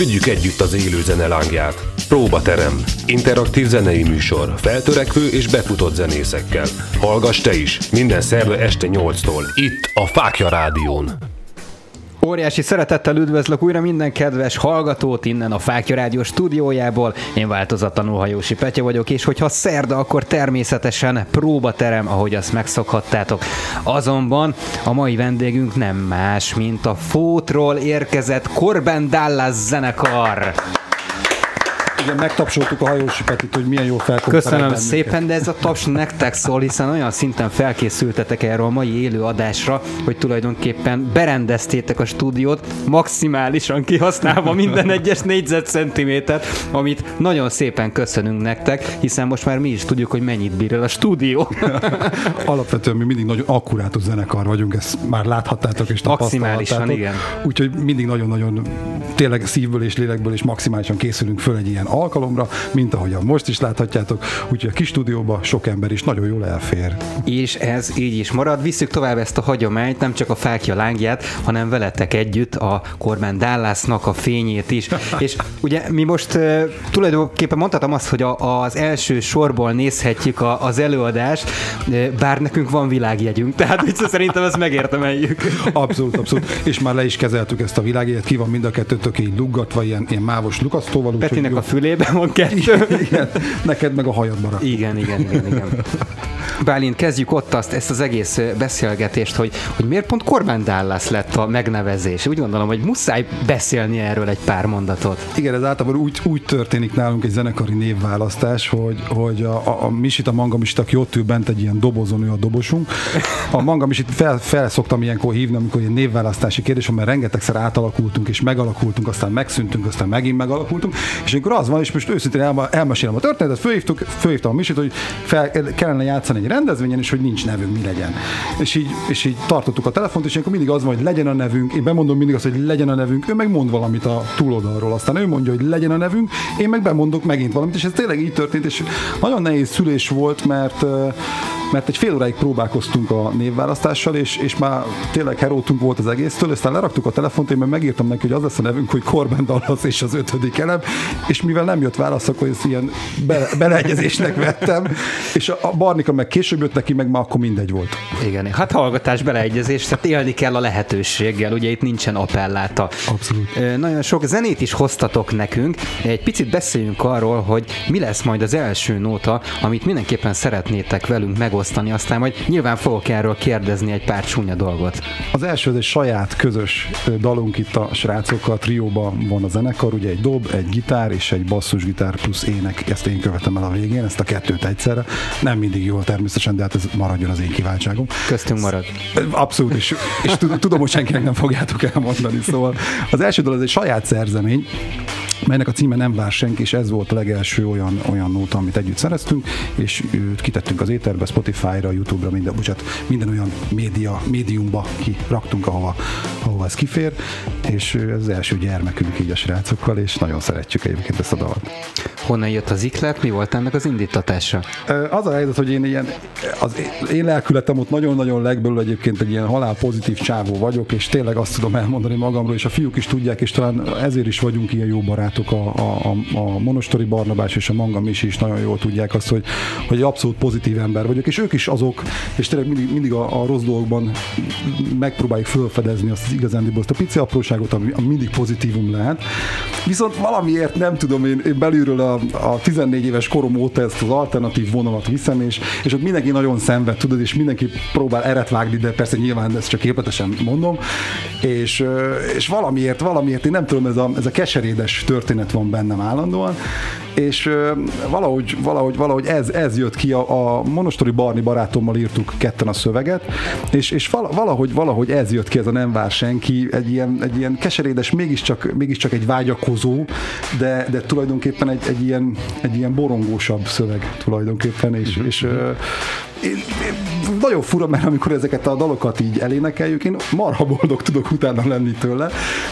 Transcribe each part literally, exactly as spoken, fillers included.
vigyük együtt az élő zene lángját. Próbaterem. Interaktív zenei műsor, feltörekvő és befutott zenészekkel. Hallgass te is, minden szerda este nyolctól, itt a Fáklya Rádión. Óriási szeretettel üdvözlök újra minden kedves hallgatót innen a Fáklya Rádió stúdiójából. Én változatlanul Hajósi Petya vagyok, és hogyha szerda, akkor természetesen próbaterem, ahogy azt megszokhattátok. Azonban a mai vendégünk nem más, mint a Fótról érkezett Corbin Dallas zenekar. Igen, megtapsoltuk a Hajósi Petit, hogy milyen jó felkapta. Köszönöm szépen, de ez a taps nektek szól, hiszen olyan szinten felkészültetek erről a mai élő adásra, hogy tulajdonképpen berendeztétek a stúdiót, maximálisan kihasználva minden egyes négyzetcentimétert, amit nagyon szépen köszönünk nektek, hiszen most már mi is tudjuk, hogy mennyit bír el a stúdió. Alapvetően mi mindig nagyon akkurátus zenekar vagyunk, ezt már láthattátok és tapasztalhattátok. Maximálisan, igen. Úgyhogy mindig nagyon-nagyon tényleg szívből és lélekből és maximálisan készülünk föl egy ilyen alkalomra, mint ahogyan most is láthatjátok, úgyhogy a kis stúdióba sok ember is nagyon jól elfér. És ez így is marad. Visszük tovább ezt a hagyományt, nem csak a fáklya lángját, hanem veletek együtt a Corbin Dallasnak a fényét is. És ugye mi most uh, tulajdonképpen mondhatom azt, hogy a, az első sorból nézhetjük a, az előadást, uh, bár nekünk van világjegyünk, tehát úgy szerintem ezt megérdemeljük. Abszolút, abszolút. És már le is kezeltük ezt a világjegyet, ki van mind a kettőtök így luggatva, ilyen, ilyen mávos lukasztóval. Petinek a fülében van kettő. Igen, neked meg a hajadba rak. Igen, igen, igen, igen. Bálint, kezdjük ott azt, ezt az egész beszélgetést, hogy, hogy miért pont Corbin Dallas lett a megnevezés. Úgy gondolom, hogy muszáj beszélni erről egy pár mondatot. Igen, ez általában úgy, úgy történik nálunk egy zenekari névválasztás, hogy, hogy a, a, a Misit, a Manga Misit, aki ott ül bent egy ilyen dobozon, ő a dobosunk. A Manga Misit fel, fel szoktam ilyenkor hívni, amikor ilyen névválasztási kérdés, mert rengetegszer átalakultunk és megalakultunk, aztán megszűntünk, aztán megint megalakultunk. És akkor az van, és most őszintén el, elmesélem a történetet, fölhívtuk, fölhívtam a Misit, hogy fel kellene játszani egy rendezvényen, és hogy nincs nevünk, mi legyen. És így, és így tartottuk a telefont, és akkor mindig az van, hogy legyen a nevünk, én bemondom mindig azt, hogy legyen a nevünk, ő meg mond valamit a túloldalról, aztán ő mondja, hogy legyen a nevünk, én meg bemondok megint valamit, és ez tényleg így történt, és nagyon nehéz szülés volt, mert mert egy fél óráig próbálkoztunk a névválasztással, és, és már tényleg herótunk volt az egésztől, aztán leraktuk a telefont, én meg megírtam neki, hogy az lesz a nevünk, hogy Corbin Dallas és az ötödik elem, és mivel nem jött válasz, akkor ezt ilyen be, beleegyezésnek vettem, és a, a Barnika meg később jött neki, meg már akkor mindegy volt. Igen, hát hallgatás, beleegyezés, tehát élni kell a lehetőséggel, ugye itt nincsen appelláta. Abszolút. Nagyon sok zenét is hoztatok nekünk, egy picit beszéljünk arról, hogy mi lesz majd az első nóta, amit mindenképpen szeretnétek velünk megosztani, aztán majd nyilván fogok erről kérdezni egy pár csúnya dolgot. Az első az egy saját közös dalunk itt a srácokkal, trióban van a zenekar, ugye egy dob, egy gitár és egy basszusgitár plusz ének, ezt én követem el a végén, ezt a kettőt egyszerre. Nem mindig jól természetesen, de hát ez maradjon az én kiváltságom. Köztünk marad. Abszolút, és, és tudom, hogy senkinek nem fogjátok elmondani, szóval az első dal az egy saját szerzemény, melynek a címe Nem vár senki, és ez volt a legelső olyan, olyan nóta, amit együtt szereztünk, és őt kitettünk az éterbe, Spotify-ra, YouTube-ra, minden, bocsánat, minden olyan média, médiumba kiraktunk, ahova, ahova ez kifér, és ez az első gyermekünk így a srácokkal, és nagyon szeretjük egyébként ezt a dalt. Honnan jött az iklet? Mi volt ennek az indítatása? Az a helyzet, hogy én ilyen, az én lelkületem ott nagyon-nagyon legbelül egyébként egy ilyen halál pozitív csávó vagyok, és tényleg azt tudom elmondani magamról, és a fiúk is tudják, és talán ezért is vagyunk ilyen jó barátok, a, a, a Monostori Barnabás és a Manga Misi is nagyon jól tudják azt, hogy, hogy egy abszolút pozitív ember vagyok, és ők is azok, és tényleg mindig, mindig a, a rossz dolgokban megpróbáljuk felfedezni azt az igazándiból, azt a pici apróságot, ami, ami mindig pozitívum lehet. Viszont valamiért nem tudom, én, én belülről a, a tizennégy éves korom óta ezt az alternatív vonalat viszem, és, és ott mindenki nagyon szenved, tudod, és mindenki próbál eret vágni, de persze nyilván ezt csak képletesen mondom, és, és valamiért, valamiért, én nem tudom, ez a, ez a keserédes történet van bennem állandóan, és valahogy, valahogy, valahogy ez, ez jött ki, a, a Monostori Barni barátommal írtuk ketten a szöveget, és, és valahogy, valahogy ez jött ki, ez a Nem vár senki, egy ilyen, egy ilyen keserédes, mégiscsak, mégiscsak egy vágyakozó, de, de tulajdonképpen egy, egy, ilyen, egy ilyen borongósabb szöveg tulajdonképpen, és, és Én, én, nagyon fura, mert amikor ezeket a dalokat így elénekeljük, én marha boldog tudok utána lenni tőle,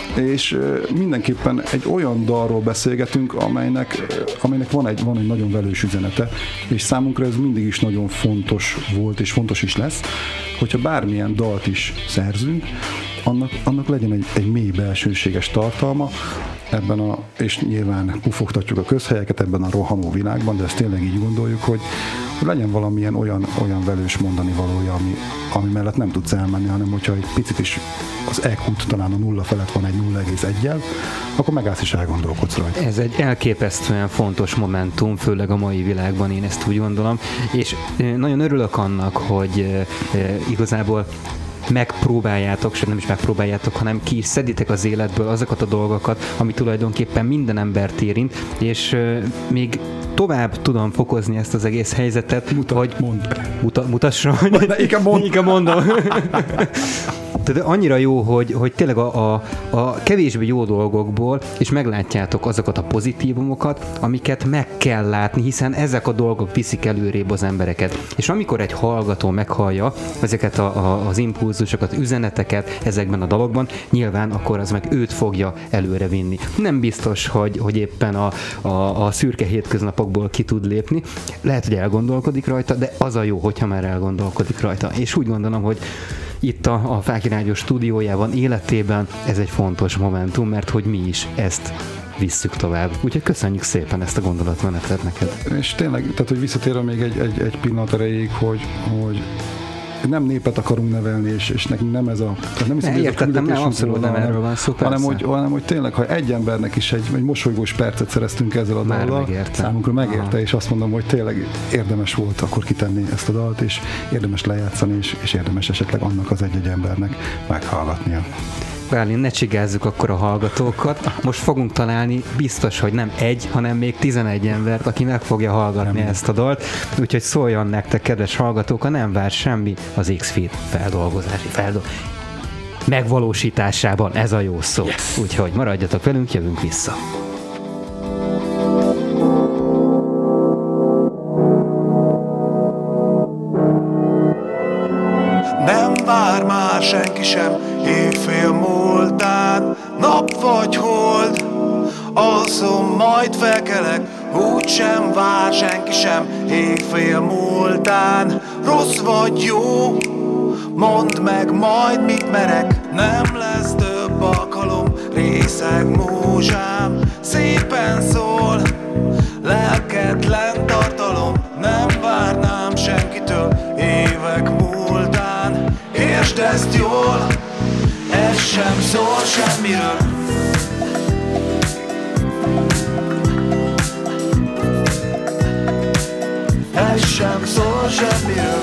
és mindenképpen egy olyan dalról beszélgetünk, amelynek, amelynek van, egy, van egy nagyon velős üzenete, és számunkra ez mindig is nagyon fontos volt, és fontos is lesz, hogyha bármilyen dalt is szerzünk, annak, annak legyen egy, egy mély belsőséges tartalma, ebben a, és nyilván pufogtatjuk a közhelyeket ebben a rohanó világban, de ezt tényleg így gondoljuk, hogy, hogy legyen valamilyen olyan, olyan velős mondani valója, ami, ami mellett nem tudsz elmenni, hanem hogyha egy picit is az é kú-t talán a nulla felett van egy nulla egész egyel, akkor megállsz és elgondolkodsz rajta. Ez egy elképesztően fontos momentum, főleg a mai világban, én ezt úgy gondolom, és nagyon örülök annak, hogy igazából megpróbáljátok, sőt nem is megpróbáljátok, hanem ki is szeditek az életből azokat a dolgokat, ami tulajdonképpen minden embert érint, és euh, még tovább tudom fokozni ezt az egész helyzetet, Mutat, hogy mond. Muta, mutassa, hogy inkább mond. Inkább mondom. Tehát annyira jó, hogy, hogy tényleg a, a, a kevésbé jó dolgokból és meglátjátok azokat a pozitívumokat, amiket meg kell látni, hiszen ezek a dolgok viszik előrébb az embereket. És amikor egy hallgató meghallja ezeket a, a, az impulzusokat, üzeneteket ezekben a dalokban, nyilván akkor az meg őt fogja előre vinni. Nem biztos, hogy, hogy éppen a, a, a szürke hétköznapokból ki tud lépni. Lehet, hogy elgondolkodik rajta, de az a jó, hogyha már elgondolkodik rajta. És úgy gondolom, hogy itt a, a Fáky Rádió stúdiójában, életében ez egy fontos momentum, mert hogy mi is ezt visszük tovább. Úgyhogy köszönjük szépen ezt a gondolatmenetet neked. És tényleg, tehát hogy visszatérve még egy, egy, egy pillanat erejéig, hogy, hogy nem népet akarunk nevelni, és, és nekünk nem ez a... Nem hiszem, ne, értettem, nem, abszolút nem erről van szó, hanem hogy, hanem, hogy tényleg, ha egy embernek is egy, egy mosolygós percet szereztünk ezzel a dallal, számunkra megérte, aha. És azt mondom, hogy tényleg érdemes volt akkor kitenni ezt a dalt, és érdemes lejátszani, és, és érdemes esetleg annak az egy-egy embernek meghallgatnia. Bálint, ne csigázzuk akkor a hallgatókat. Most fogunk találni biztos, hogy nem egy, hanem még tizenegy embert, aki meg fogja hallgatni nem. ezt a dalt. Úgyhogy szóljon nektek, kedves hallgatók, ha nem vár semmi az X-Feed feldolgozási feldol... megvalósításában. Ez a jó szó. Yes. Úgyhogy maradjatok velünk, jövünk vissza. Nem vár már senki sem, éjfél múltán, nap vagy hold, alszom, majd felkelek, úgysem vár senki sem, éjfél múltán, rossz vagy jó, mondd meg majd mit merek, nem lesz több alkalom, részeg múzsám, szépen szól, lelketlen tartalom, nem várnám senkitől, évek múltán, értsd ezt jól, ez sem szól semmiről. Ez sem szól semmiről.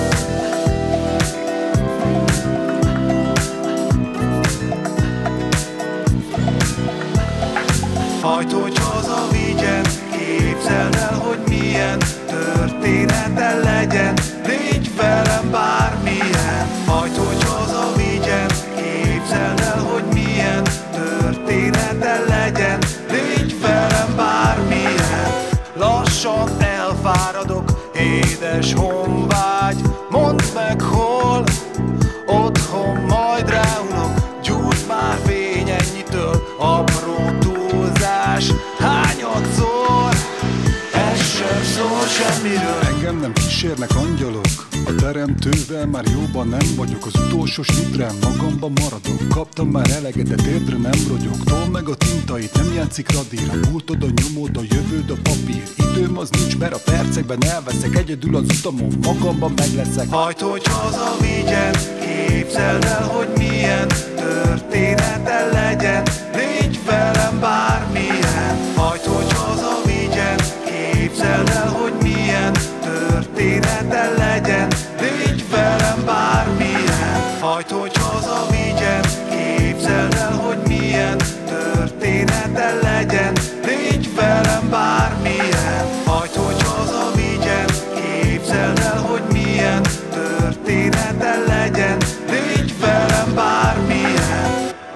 Hagyd, hogy hazavigyen, képzeld el, hogy milyen története legyen, légy velem bármilyen. Hagyd, hogy hazavigyen, képzeld el, hogy milyen története legyen, légy velem bármilyen. Lassan elfáradok, édes honvágy, mondd meg hol, otthon majd ráunok, gyújt már fény ennyitől, apró túlzás, hányadszor, ez sem szól semmiről. Engem nem kísérnek angyalok, a teremtővel már jóban nem vagyok, az utolsó snitrem magamban maradok, kaptam már eleget, de térdre nem rogyok, tol meg a tintait, nem játszik radír, a múltod, a nyomod, a jövőd, a papír, időm az nincs, mert a percekben elveszek, egyedül az utamon, magamban meg leszek. Hagyd, hogy hazavigyen, képzeld el, hogy milyen története legyen, légy velem bármilyen. Hagyd, hogy hazavigyen, képzeld el, hogy milyen története legyen, légy velem bármilyen. Hagyd, hogy hazavigyen, képzeld el, hogy milyen története legyen, légy velem bármilyen. Hagyd, hogy hazavigyen, képzeld el, hogy milyen története legyen, légy velem bármilyen.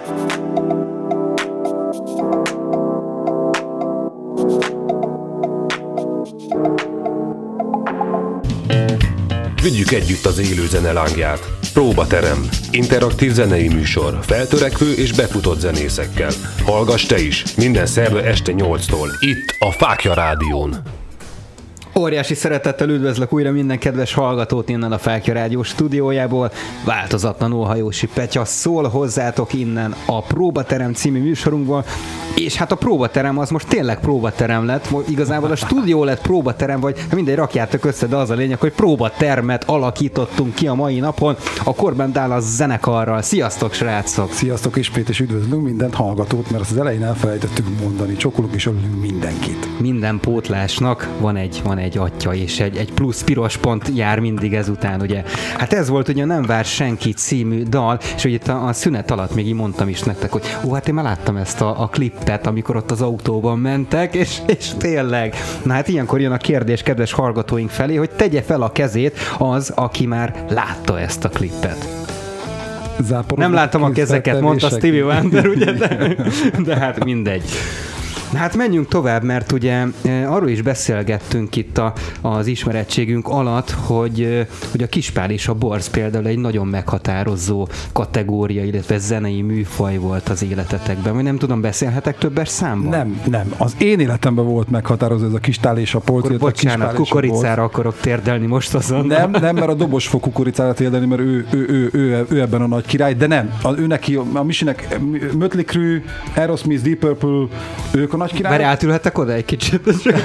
Vigyük együtt az élő zene lángját. Próbaterem. Interaktív zenei műsor. Feltörekvő és befutott zenészekkel. Hallgass te is. Minden szerda este nyolctól. Itt a Fákja Rádión. Óriási szeretettel üdvözlök újra minden kedves hallgatót innen a Fákja Rádió stúdiójából. Változatlanul Hajósi Petya szól hozzátok innen a Próbaterem című műsorunkból, És hát a próbaterem az most tényleg próbaterem lett, igazából a stúdió lett próbaterem, vagy mindegy, rakjátok össze, de az a lényeg, hogy próbatermet alakítottunk ki a mai napon a Corbin Dallas zenekarral. Sziasztok, srácok! Sziasztok, ismét és üdvözlünk minden hallgatót, mert az elején elfelejtettük mondani, csokolunk és örülünk mindenkit. Minden pótlásnak van egy, van egy atya, és egy, egy plusz piros pont jár mindig ezután, ugye. Hát ez volt ugye a Nem vár senki című dal, és ugye itt a, a szünet alatt még így mondtam is nektek, hogy ó, hát én már láttam ezt a, a klippet, amikor ott az autóban mentek, és, és tényleg. Na hát ilyenkor jön a kérdés kedves hallgatóink felé, hogy tegye fel a kezét az, aki már látta ezt a klippet. Záporos Nem láttam a kezeket, mondta Stevie Wonder, ugye, de, de hát mindegy. Na hát menjünk tovább, mert ugye arról is beszélgettünk itt a, az ismerettségünk alatt, hogy, hogy a Kispál és a Borz például egy nagyon meghatározó kategória, illetve zenei műfaj volt az életetekben. Vagy nem tudom, beszélhetek többes számban? Nem, nem. Az én életemben volt meghatározó ez a Kistál és a Polc. Akkor bocsánat, kukoricára akarok térdelni most azon. Nem, nem, mert a dobos fog kukoricára térdelni, mert ő, ő, ő, ő, ő ebben a nagy király, de nem. A, ő neki, a Misinek Mötley Crüe, Aerosmith, Deep Purple, ők a nagy király. Várj, átülhettek oda egy kicsit?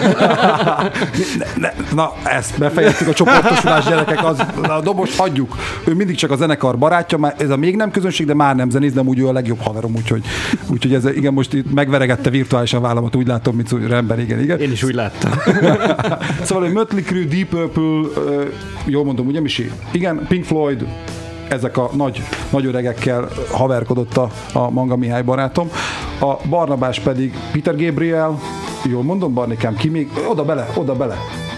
ne, ne, na, ezt befejeztük a csoportosulás, gyerekek, az, a dobos hagyjuk. Ő mindig csak a zenekar barátja, már ez a még nem közönség, de már nem zenész, de úgy ő a legjobb haverom, úgyhogy, úgyhogy ez, igen, most itt megveregette virtuálisan vállamat, úgy látom, mint ember, igen, igen. Én is úgy láttam. Szóval, hogy Mötley Crüe, Deep Purple, jól mondom, ugye, Misi? Igen, Pink Floyd, ezek a nagy, nagy öregekkel haverkodott a, a Manga Mihály barátom. A Barnabás pedig Peter Gabriel, jól mondom, Barnikám, ki még? Oda bele, oda bele.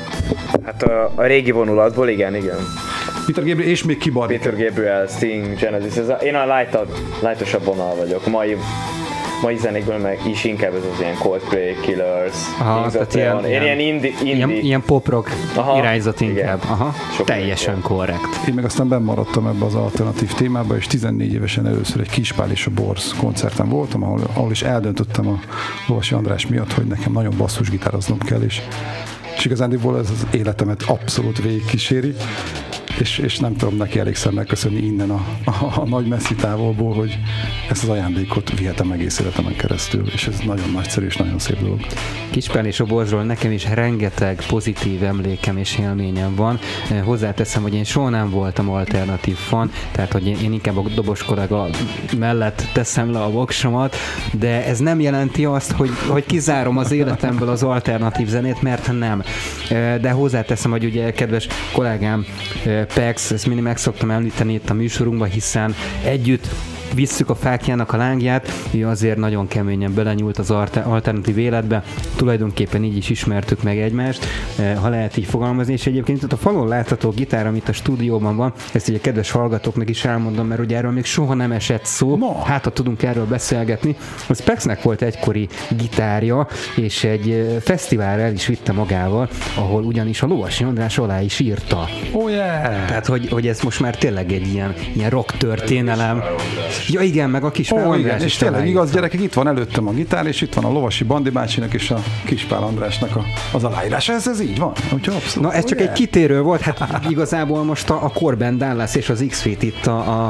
Hát a, a régi vonulatból, igen, igen. Peter Gabriel, és még ki Barnikám? Peter Gabriel, Sting, Genesis, ez a, én a lightosabb vonal vagyok. Mai, mai zenékből meg is inkább ez az ilyen Coldplay, Killers, Kings of Leon. Én ilyen indie, indie. Ilyen, ilyen pop-rock Aha, irányzat inkább. Aha, teljesen ilyen. Korrekt. Én meg aztán bennmaradtam ebbe az alternatív témába, és tizennégy évesen először egy Kispál és a Borz koncerten voltam, ahol, ahol is eldöntöttem a Lovasi András miatt, hogy nekem nagyon basszusgitároznom kell, és, és igazándiból ez az életemet abszolút végigkíséri. És, és nem tudom neki elégszer megköszönni innen a, a, a nagy messzi távolból, hogy ezt az ajándékot vihetem egész életemen keresztül, és ez nagyon nagyszerű és nagyon szép dolog. Kispál és a Borzról nekem is rengeteg pozitív emlékem és élményem van. Hozzáteszem, hogy én soha nem voltam alternatív fan, tehát hogy én inkább a dobos kollega mellett teszem le a voksomat, de ez nem jelenti azt, hogy, hogy kizárom az életemből az alternatív zenét, mert nem. De hozzáteszem, hogy ugye kedves kollégám Pex, ezt mindig meg szoktam említeni itt a műsorunkban, hiszen együtt visszük a fákjának a lángját, ő azért nagyon keményen belenyúlt az alternatív életbe, tulajdonképpen így is ismertük meg egymást, ha lehet így fogalmazni, és egyébként ott a falon látható gitár, amit a stúdióban van, ezt ugye kedves hallgatóknak is elmondom, mert ugye erről még soha nem esett szó, no. Hát ha tudunk erről beszélgetni, az Pexnek volt egykori gitárja, és egy fesztiválra el is vitte magával, ahol ugyanis a Lovasi András alá is írta. Oh yeah! Tehát, hogy, hogy ez most már tényleg egy ilyen, ilyen rock történelem. Ja igen, meg a Kispál oh, András és is tényleg igaz, gyerekek, itt van előttem a gitár, és itt van a Lovasi Bandi bácsinak és a Kispál Andrásnak a, az aláírás. Ez, ez így van. Úgyhogy abszolút. Na ez csak oh, yeah. egy kitérő volt, hát igazából most a, a Corbin Dallas és az X-Fit itt a, a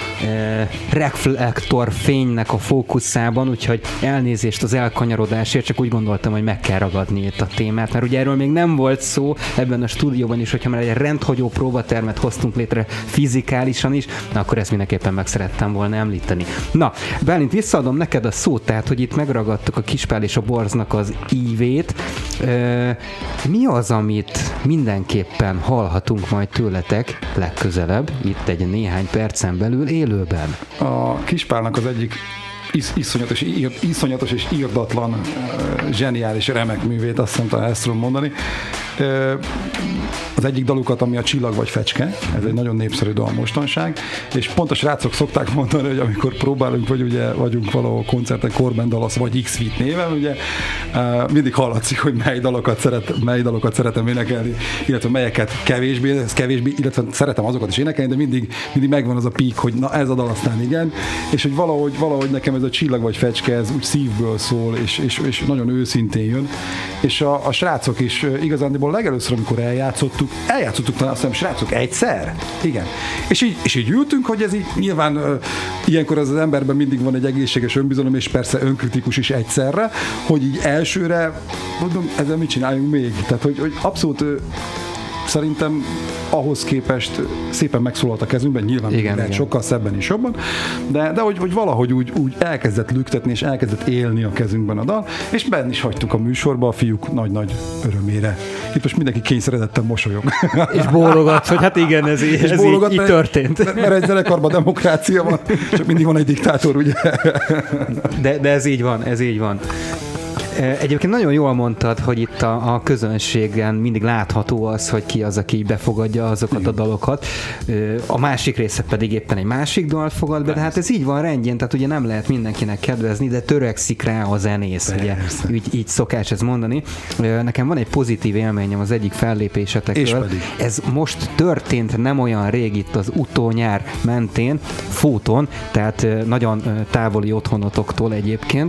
e, reflektor fénynek a fókuszában, úgyhogy elnézést az elkanyarodásért, csak úgy gondoltam, hogy meg kell ragadni itt a témát, mert ugye erről még nem volt szó ebben a stúdióban is, hogyha már egy rendhagyó próbatermet hoztunk létre fizikálisan is, na akkor ezt mindenképpen meg szerettem volna említeni. Na, Bálint, visszaadom neked a szót, tehát, hogy itt megragadtuk a Kispál és a Borznak az ívét. E, mi az, amit mindenképpen hallhatunk majd tőletek legközelebb, itt egy néhány percen belül élőben? A Kispálnak az egyik Is, iszonyatos, ír, iszonyatos és írdatlan, uh, zseniális, remek művét, azt hiszem, talán ezt tudom mondani. Uh, az egyik dalukat, ami a Csillag vagy Fecske, ez egy nagyon népszerű dal mostanság, és pont a srácok szokták mondani, hogy amikor próbálunk, vagy ugye vagyunk valahol koncerten Corbin Dallas vagy X-Fit néven, ugye uh, mindig hallatszik, hogy mely dalokat, szeret, mely dalokat szeretem énekelni, illetve melyeket kevésbé, kevésbé, illetve szeretem azokat is énekelni, de mindig, mindig megvan az a pík, hogy na ez a dal aztán igen, és hogy valahogy, valahogy nekem ez a Csillag vagy Fecske, ez úgy szívből szól, és, és, és nagyon őszintén jön. És a, a srácok is igazándiból legelőször, amikor eljátszottuk, eljátszottuk talán azt hiszem, srácok, egyszer? Igen. És így, és így ültünk, hogy ez így nyilván uh, ilyenkor az, az emberben mindig van egy egészséges önbizalom, és persze önkritikus is egyszerre, hogy így elsőre, mondom, ezzel mit csináljunk még? Tehát, hogy, hogy abszolút uh, szerintem ahhoz képest szépen megszólalt a kezünkben, nyilván igen, lehet igen. sokkal szebben és jobban, de, de hogy, hogy valahogy úgy, úgy elkezdett lüktetni, és elkezdett élni a kezünkben a dal, és benn is hagytuk a műsorba a fiúk nagy-nagy örömére. Itt most mindenki kényszeredetten mosolyog. És bólogat, hogy hát igen, ez, így, ez bólogat, így, így történt. Mert, mert egy zenekarban demokrácia van, csak mindig van egy diktátor, ugye? De, de ez így van, ez így van. Egyébként nagyon jól mondtad, hogy itt a, a közönségen mindig látható az, hogy ki az, aki befogadja azokat igen. a dalokat. A másik része pedig éppen egy másik dalt fogad be, de hát ez így van rendjén, tehát ugye nem lehet mindenkinek kedvezni, de törekszik rá a zenész, ugye így, így szokás ez mondani. Nekem van egy pozitív élményem az egyik fellépésetekről. Ez most történt nem olyan rég itt az utónyár mentén, Fóton, tehát nagyon távoli otthonotoktól egyébként.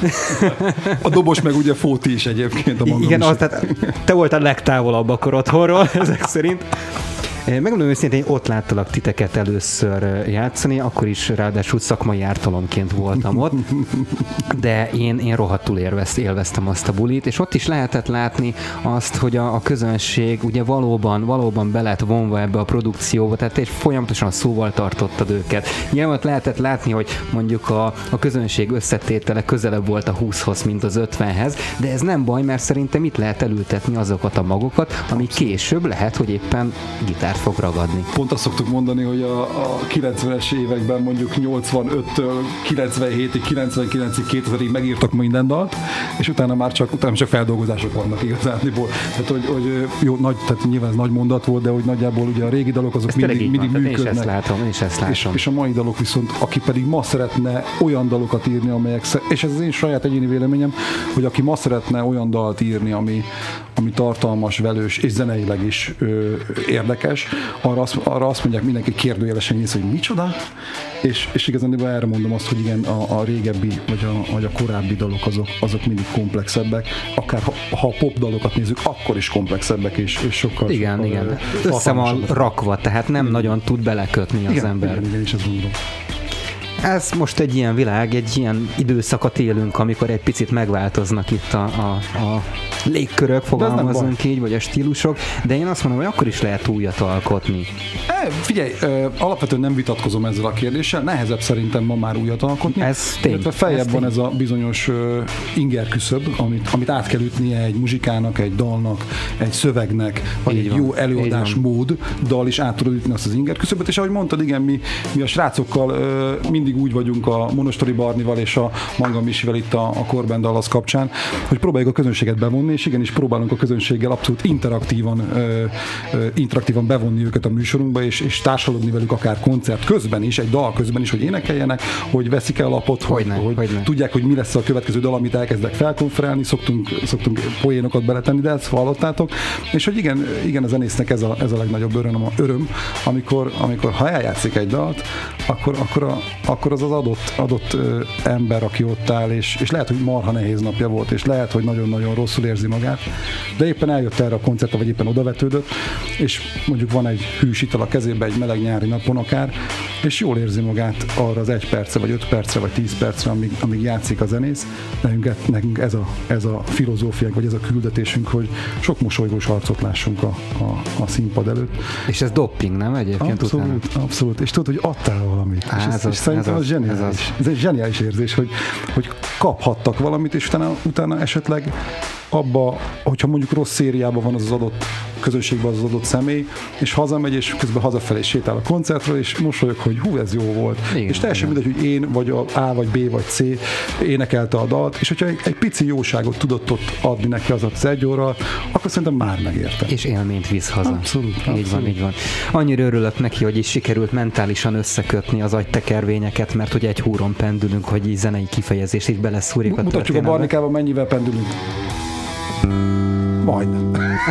A dobos meg ugye Fóti is egyébként a igen, az, tehát te voltál legtávolabb akkor otthonról, ezek szerint. Megmondom őszintén, hogy ott láttalak titeket először játszani, akkor is ráadásul szakmai ártalomként voltam ott, de én, én rohadtul élvezt, élveztem azt a bulit, és ott is lehetett látni azt, hogy a, a közönség ugye valóban, valóban be lett vonva ebbe a produkcióba, tehát egy folyamatosan szóval tartottad őket. Nyilván lehetett látni, hogy mondjuk a, a közönség összetétele közelebb volt a húszhoz, mint az ötvenhez, de ez nem baj, mert szerintem itt lehet elültetni azokat a magokat, ami később lehet, hogy éppen gitár fog ragadni. Pont azt szoktuk mondani, hogy a, a kilencvenes években mondjuk nyolcvanöttől kilencvenhétig, kilencvenkilencig, kétezrig megírtak minden dalt, és utána már csak, utána csak feldolgozások vannak igazániból. Tehát, hogy, hogy jó, nagy, tehát nyilván ez nagy mondat volt, de hogy nagyjából ugye a régi dalok azok mindig, mindig van, működnek. Én is ezt látom, én is ezt látom. És, és a mai dalok viszont, aki pedig ma szeretne olyan dalokat írni, amelyek, és ez az én saját egyéni véleményem, hogy aki ma szeretne olyan dalt írni, ami, ami tartalmas, velős és zeneileg is ö, érdekes, arra azt, arra azt mondják mindenki kérdőjelesen néz, hogy micsoda, és, és igazán erre mondom azt, hogy igen, a, a régebbi, vagy a, vagy a korábbi dalok azok, azok mindig komplexebbek, akár ha, ha a pop dalokat nézzük, akkor is komplexebbek, és, és sokkal igen, sokkal, igen. Össze van rakva, tehát nem igen. nagyon tud belekötni az igen, ember. Igen, igen, és ezt mondom. Ez most egy ilyen világ, egy ilyen időszakot élünk, amikor egy picit megváltoznak itt a, a, a légkörök, fogalmazunk így, vagy a stílusok, de én azt mondom, hogy akkor is lehet újat alkotni. E, figyelj, ö, alapvetően nem vitatkozom ezzel a kérdéssel, nehezebb szerintem ma már újat alkotni. Ez tény. Illetve feljebb ez van tény. ez a bizonyos ö, inger küszöb, amit, amit át kell ütnie egy muzsikának, egy dalnak, egy szövegnek, vagy így egy van, jó előadásmód, dal is át tudod ütni azt az inger küszöböt, és ahogy mondtad, igen, mi, mi a srácokkal ö, mindig úgy vagyunk a Monostori Barnival és a Manga Misivel itt a, a Korben Dallas kapcsán, hogy próbáljuk a közönséget bevonni, és igenis próbálunk a közönséggel abszolút interaktívan, ö, ö, interaktívan bevonni őket a műsorunkba, és, és társalogni velük akár koncert közben is, egy dal közben is, hogy énekeljenek, hogy veszik el a lapot, hogy, hogy, hogy hogy tudják, hogy mi lesz a következő dal, amit elkezdek felkonferálni, szoktunk, szoktunk poénokat beletenni, de ezt hallottátok, és hogy igen, igen a zenésznek ez a, ez a legnagyobb öröm, öröm amikor, amikor ha eljátszik egy dalt, akkor, akkor, a, akkor az az adott, adott ö, ember, aki ott áll, és, és lehet, hogy marha nehéz napja volt, és lehet, hogy nagyon-nagyon rosszul érzi magát, de éppen eljött erre a koncertre, vagy éppen odavetődött, és mondjuk van egy hűs ital a kezében egy meleg nyári napon akár, és jól érzi magát arra az egy percre, vagy öt percre, vagy tíz percre, amíg, amíg játszik a zenész. Nekünk, nekünk ez, a, ez a filozófiánk, vagy ez a küldetésünk, hogy sok mosolygós arcot lássunk a, a, a színpad előtt. És ez dopping, nem egyébként? Abszolút, utána? Abszolút. És tudod, hogy adtál valamit. Á, és, ez, és szerintem ez, az, zseniális. Ez, az. ez egy zseniális érzés, hogy, hogy kaphattak valamit, és utána, utána esetleg abba, hogyha mondjuk rossz szériában van az az adott közönségben az, az adott személy, és hazamegy, és közben hazafelé sétál a koncertről, és mosolyog, hogy hú, ez jó volt. Igen, és teljesen mindegy, hogy én, vagy a A, vagy B, vagy C énekelte a dalt, és hogyha egy, egy pici jóságot tudott ott adni neki az az egy óra, akkor szerintem már megérte. És élményt visz haza. Abszolút. Így abszolút. van, így van. Annyira örülök neki, hogy is sikerült mentálisan összekötni az agytekervényeket, mert ugye egy húron pendülünk, hogy így zenei kifejezést is beleszúrjuk a történetbe. Mutatjuk a Barnikában, mennyivel pendülünk. Majdnem.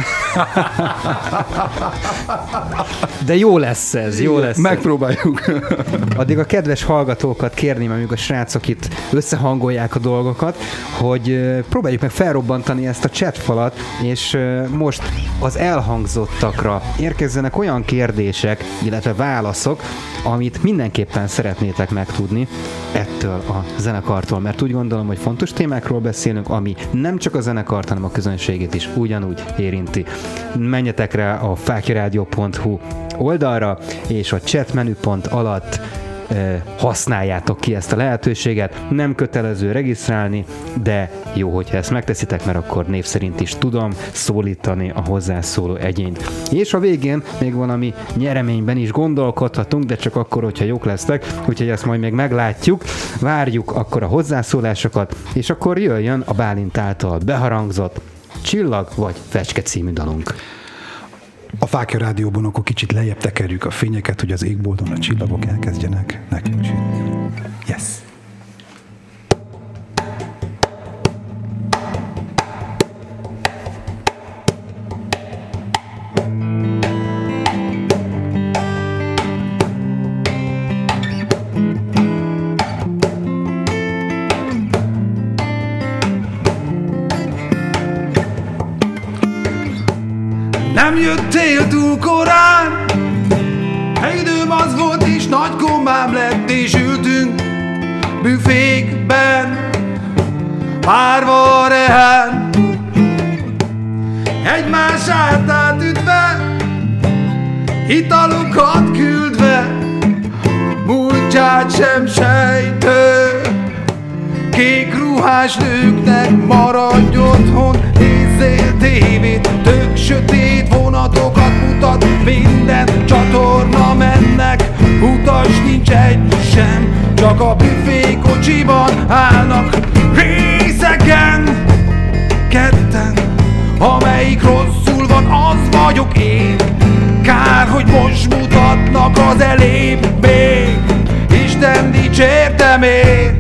De jó lesz ez, jó lesz. Megpróbáljuk. Addig a kedves hallgatókat kérném, amíg a srácok itt összehangolják a dolgokat, hogy próbáljuk meg felrobbantani ezt a chatfalat, és most az elhangzottakra érkezzenek olyan kérdések, illetve válaszok, amit mindenképpen szeretnétek megtudni ettől a zenekartól, mert úgy gondolom, hogy fontos témákról beszélünk, ami nem csak a zenekart, hanem a közönségét is ugyanúgy érinti. Menjetek rá a fákjaradio pont hu oldalra, és a chat menüpont alatt e, használjátok ki ezt a lehetőséget. Nem kötelező regisztrálni, de jó, hogyha ezt megteszitek, mert akkor név szerint is tudom szólítani a hozzászóló egyént. És a végén még valami nyereményben is gondolkodhatunk, de csak akkor, hogyha jók lesztek, úgyhogy ezt majd még meglátjuk. Várjuk akkor a hozzászólásokat, és akkor jöjjön a Bálint által beharangzott Csillag vagy Fecske című dalunk. A Fákja Rádióban akkor kicsit lejjebb tekerjük a fényeket, hogy az égbolton a csillagok elkezdjenek nekünk sütni. Yes! Nem jöttél túl korán, időm az volt és nagy gombám lett, és ültünk büfékben, párva a rehán, egymás ártát ütve, italokat küldve, múltját sem sejtő. Kék ruhás nőknek maradj otthon, nézzél tévét, tök sötét vonatokat mutat, minden csatorna mennek, utas nincs egy sem, csak a büfékocsiban állnak részegen, ketten, amelyik rosszul van, az vagyok én, kár, hogy most mutatnak az elébb még, Isten dicsértem én.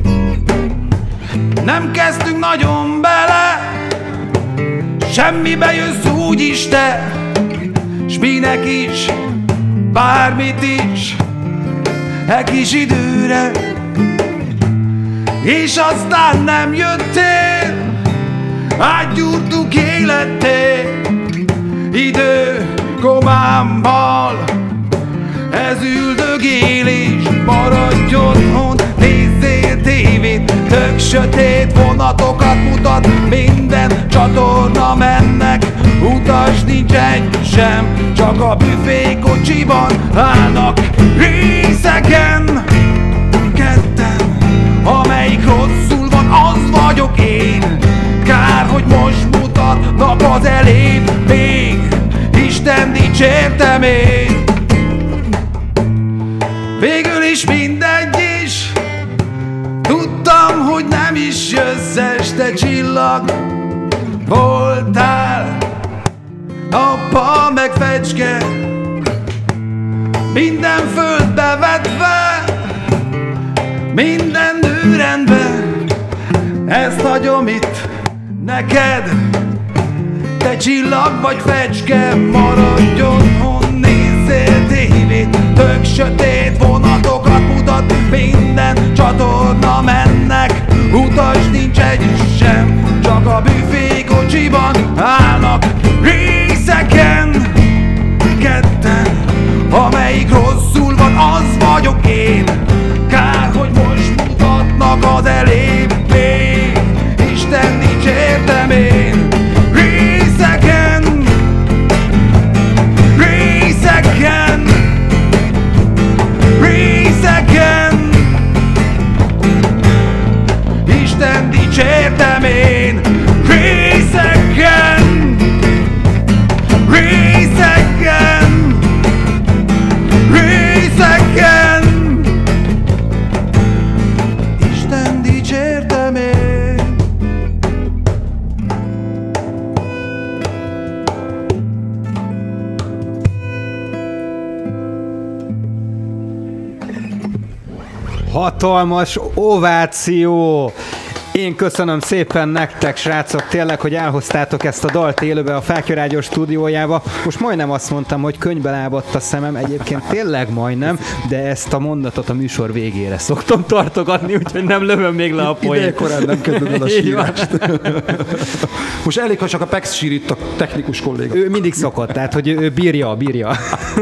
Nem kezdtünk nagyon bele, semmibe jössz úgyis te, s minek is, bármit is, e kis időre. És aztán nem jöttél, átgyúrtuk életté, idő gomámmal, ez üldögélés, maradj otthon, nézzél tévét, tök sötét vonatokat mutat, minden csatorna mennek, utas nincs egy sem, csak a büfékocsiban állnak részegen, ketten, amelyik rosszul van, az vagyok én, kár, hogy most mutatnak az elébb még, Isten dicsértem én. Végül is mindegy is, tudtam, hogy nem is jössz este, csillag voltál, nappal meg fecske, minden földbe vetve, minden nőrendbe, ezt hagyom itt neked, te csillag vagy fecske, maradj otthon, nézzél tévét, tök sötét vonatokat mutat, minden csatorna mennek, utas nincs egy sem, csak a büfékocsiban állnak részeken, ketten, amelyik rosszul van, az vagyok én, kár, hogy most mutatnak az elébb még, Isten dicsértem én. Részeken, részeken, részeken, Isten dicsértem én. Részeken, részeken, részeken, Isten dicsértem én. Hatalmas ováció! Én köszönöm szépen nektek, srácok, tényleg, hogy elhoztátok ezt a dalt élőbe a Fákja Rádió stúdiójába. Most majdnem azt mondtam, hogy könyvbe lábadt a szemem, egyébként tényleg majdnem, de ezt a mondatot a műsor végére szoktam tartogatni, úgyhogy nem lövöm még le a poént. Idejekorán nem kezded el a sírást. Most elég, ha csak a Pex sír itt a technikus kolléga. Ő mindig szokott, tehát hogy ő bírja, bírja.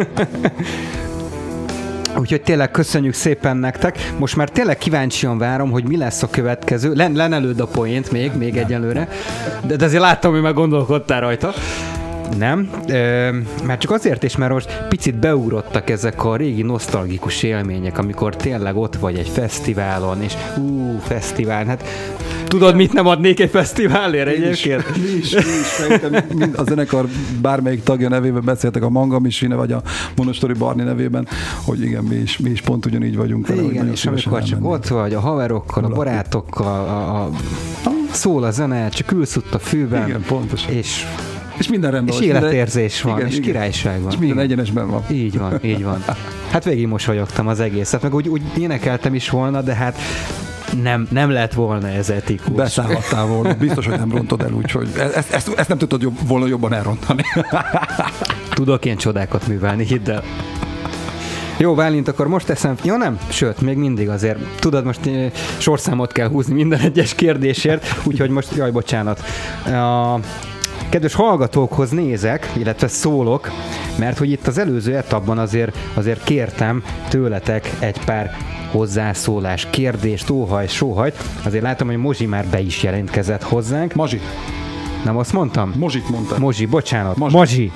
Úgyhogy tényleg köszönjük szépen nektek. Most már tényleg kíváncsian várom, hogy mi lesz a következő. Len, lenelőd a poént még, még egyelőre. De, de azért láttam, hogy már gondolkodtál rajta. Nem, ö, mert csak azért is, mert most picit beugrottak ezek a régi nosztalgikus élmények, amikor tényleg ott vagy egy fesztiválon, és ú, fesztivál, hát tudod, mit nem adnék egy fesztiválért egyébként? Mi is, mi is, szerintem a zenekar bármelyik tagja nevében beszéltek, a Manga Misine vagy a Monostori Barni nevében, hogy igen, mi is, mi is pont ugyanígy vagyunk vele. Igen, és amikor csak ott vagy a haverokkal, a barátokkal, a, a, szól a zene, csak ülsz ott a fűben, igen, pontosan. És És minden rendben és van. életérzés van, igen, és igen. királyság van. És minden igen. egyenesben van. Így van, így van. Hát végig mosolyogtam az egészet, meg úgy, úgy énekeltem is volna, de hát nem, nem lett volna ez etikus. Beszállhattál volna, biztos, hogy nem rontod el, úgyhogy ezt, ezt, ezt nem tudod jobb, volna jobban elrontani. Tudok én csodákat művelni, hidd el. Jó, Bálint, akkor most teszem... Jó, nem? Sőt, még mindig azért. Tudod, most eh, sorszámot kell húzni minden egyes kérdésért, úgyhogy most, jaj, bocsánat. A kedves hallgatókhoz nézek, illetve szólok, mert hogy itt az előző etapban azért, azért kértem tőletek egy pár hozzászólás, kérdést, óhajt, sóhajt. Azért látom, hogy Mozsi már be is jelentkezett hozzánk. Mazsi. Nem azt mondtam? Mozsit mondtam. Mozsi, bocsánat. Mazsi. Mazsi.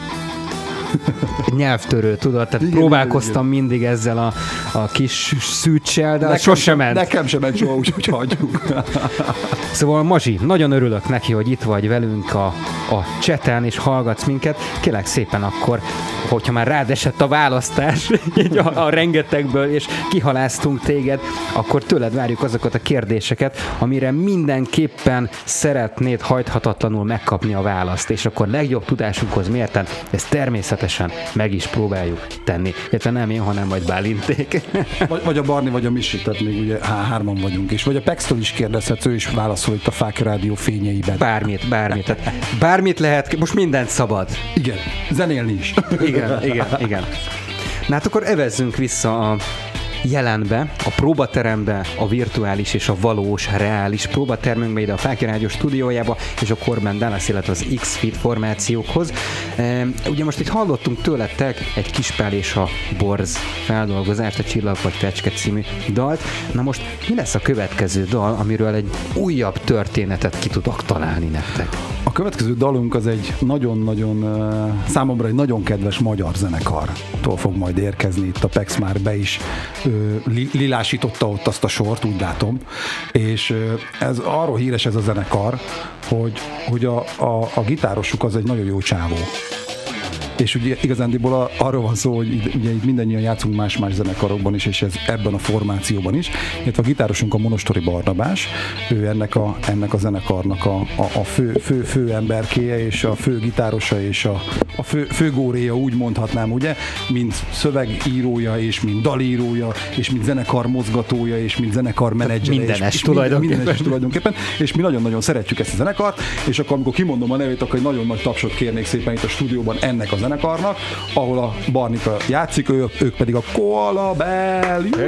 Nyelvtörő, tudod, tehát igen, próbálkoztam igen, igen. mindig ezzel a, a kis szűccsel, de sosem ment. Nekem sem ment soha, úgyhogy hagyjuk. Szóval Mazsi, nagyon örülök neki, hogy itt vagy velünk a, a chaten, és hallgatsz minket. Kérlek szépen akkor, hogyha már rád esett a választás a, a rengetegből, és kihaláztunk téged, akkor tőled várjuk azokat a kérdéseket, amire mindenképpen szeretnéd hajthatatlanul megkapni a választ, és akkor legjobb tudásunkhoz mérten ezt természetesen meg is próbáljuk tenni. Illetve nem én, hanem majd Bálinték. Vagy, vagy a Barni, vagy a Misi, tehát még ugye há, hárman vagyunk is. Vagy a Pextől is kérdezhetsz, ő is válaszol itt a Fákja Rádió fényeiben. Bármit, bármit. Tehát bármit lehet, most mindent szabad. Igen, zenélni is. Igen, igen, igen. Na hát akkor evezzünk vissza a jelenbe, a próbaterembe, a virtuális és a valós, reális próbatermünkbe, ide a Fákja Rádió stúdiójába, és a Corbin Dallas, illetve az X-Fit formációkhoz. E, ugye most itt hallottunk tőletek egy Kispál és a Borz feldolgozást, a Csillag vagy Fecske című dalt. Na most mi lesz a következő dal, amiről egy újabb történetet ki tudok találni nektek? A következő dalunk az egy nagyon-nagyon, számomra egy nagyon kedves magyar zenekartól fog majd érkezni. Itt a Pex már be is li, lilásította ott azt a sort, úgy látom. És ez arról híres ez a zenekar, hogy, hogy a, a, a gitárosuk az egy nagyon jó csávó. És ugye igazándiból arról van szó, hogy ugye itt mindannyian játszunk más-más zenekarokban is, és ez ebben a formációban is. Illetve a gitárosunk a Monostori Barnabás, ő ennek a, ennek a zenekarnak a, a, a fő, fő, fő emberkéje, és a fő gitárosa, és a, a fő, főgóréja, úgy mondhatnám, ugye, mint szövegírója, és mint dalírója, és mint zenekar mozgatója, és mint zenekar menedzser. Mindenes és, tulajdonképpen. Mindenes tulajdonképpen. És mi nagyon-nagyon szeretjük ezt a zenekart, és akkor amikor kimondom a nevét, akkor egy nagyon nagy tapsot kérnék szépen itt a stúdióban ennek a zenekarnak, ahol a Barnika játszik, ő, ők pedig a Koala Bell. Hey!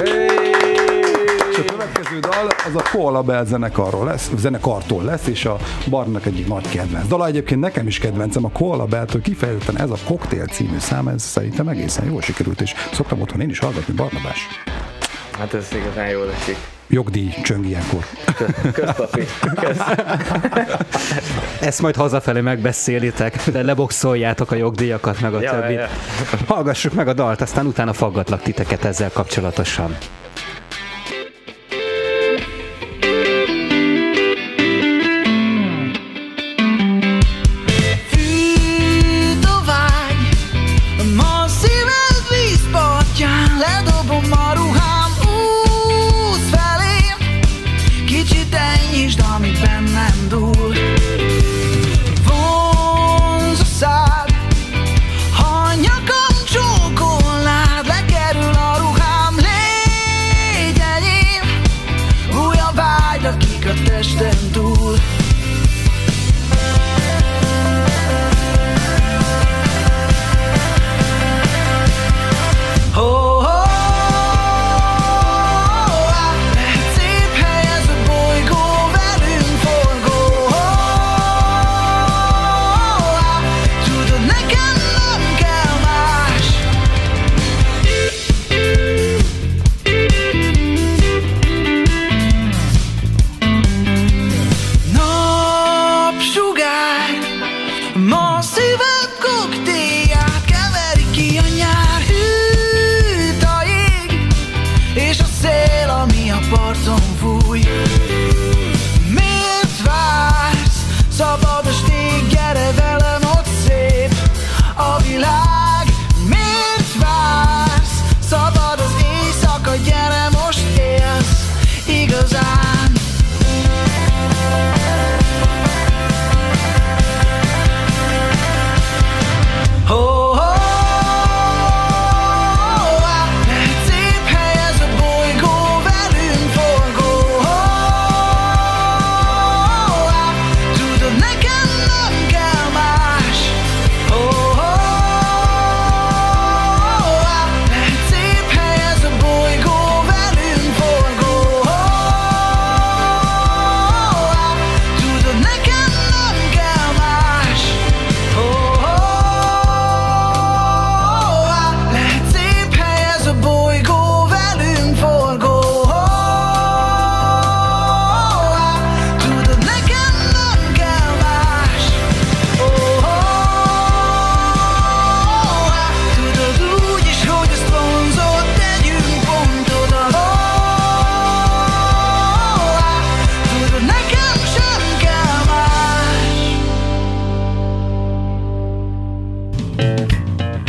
És a következő dal az a Koala Bell zenekarról lesz, zenekartól lesz, és a Barnak egyik nagy kedvenc dala. Egyébként nekem is kedvencem a Koala Bell-től kifejezetten ez a Cocktail című szám, ez szerintem egészen jól sikerült, és szoktam otthon én is hallgatni, Barnabás. Hát ez igazán jól esik. Jogdíj csöng ilyenkor. Közpapi. Kösz. Ezt majd hazafelé megbeszélitek, de leboxoljátok a jogdíjakat, meg a ja, többit. Ja. Hallgassuk meg a dalt, aztán utána faggatlak titeket ezzel kapcsolatosan. Ha nyakam csókolnád, lekerül a ruhám, légy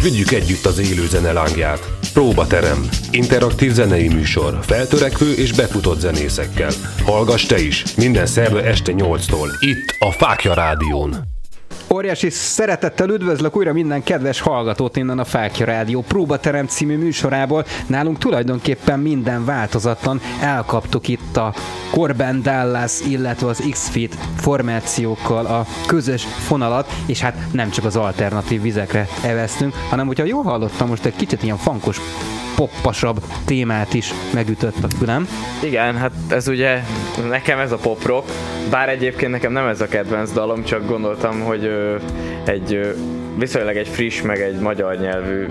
vigyük együtt az élő zene lángját. Próbaterem. Interaktív zenei műsor, feltörekvő és befutott zenészekkel. Hallgass te is, minden szerda este nyolctól, itt a Fákja Rádión. Óriási szeretettel üdvözlök újra minden kedves hallgatót innen a Fákja Rádió Próbaterem című műsorából. Nálunk tulajdonképpen minden változatlan. Elkaptuk itt a Corbin Dallas, illetve az X-Fit formációkkal a közös fonalat, és hát nem csak az alternatív vizekre eveztünk, hanem hogyha jól hallottam, most egy kicsit ilyen funkos, poppasabb témát is megütött a fülem. Igen, hát ez ugye, nekem ez a pop-rock, bár egyébként nekem nem ez a kedvenc dalom, csak gondoltam, hogy ö, egy ö, viszonylag egy friss, meg egy magyar nyelvű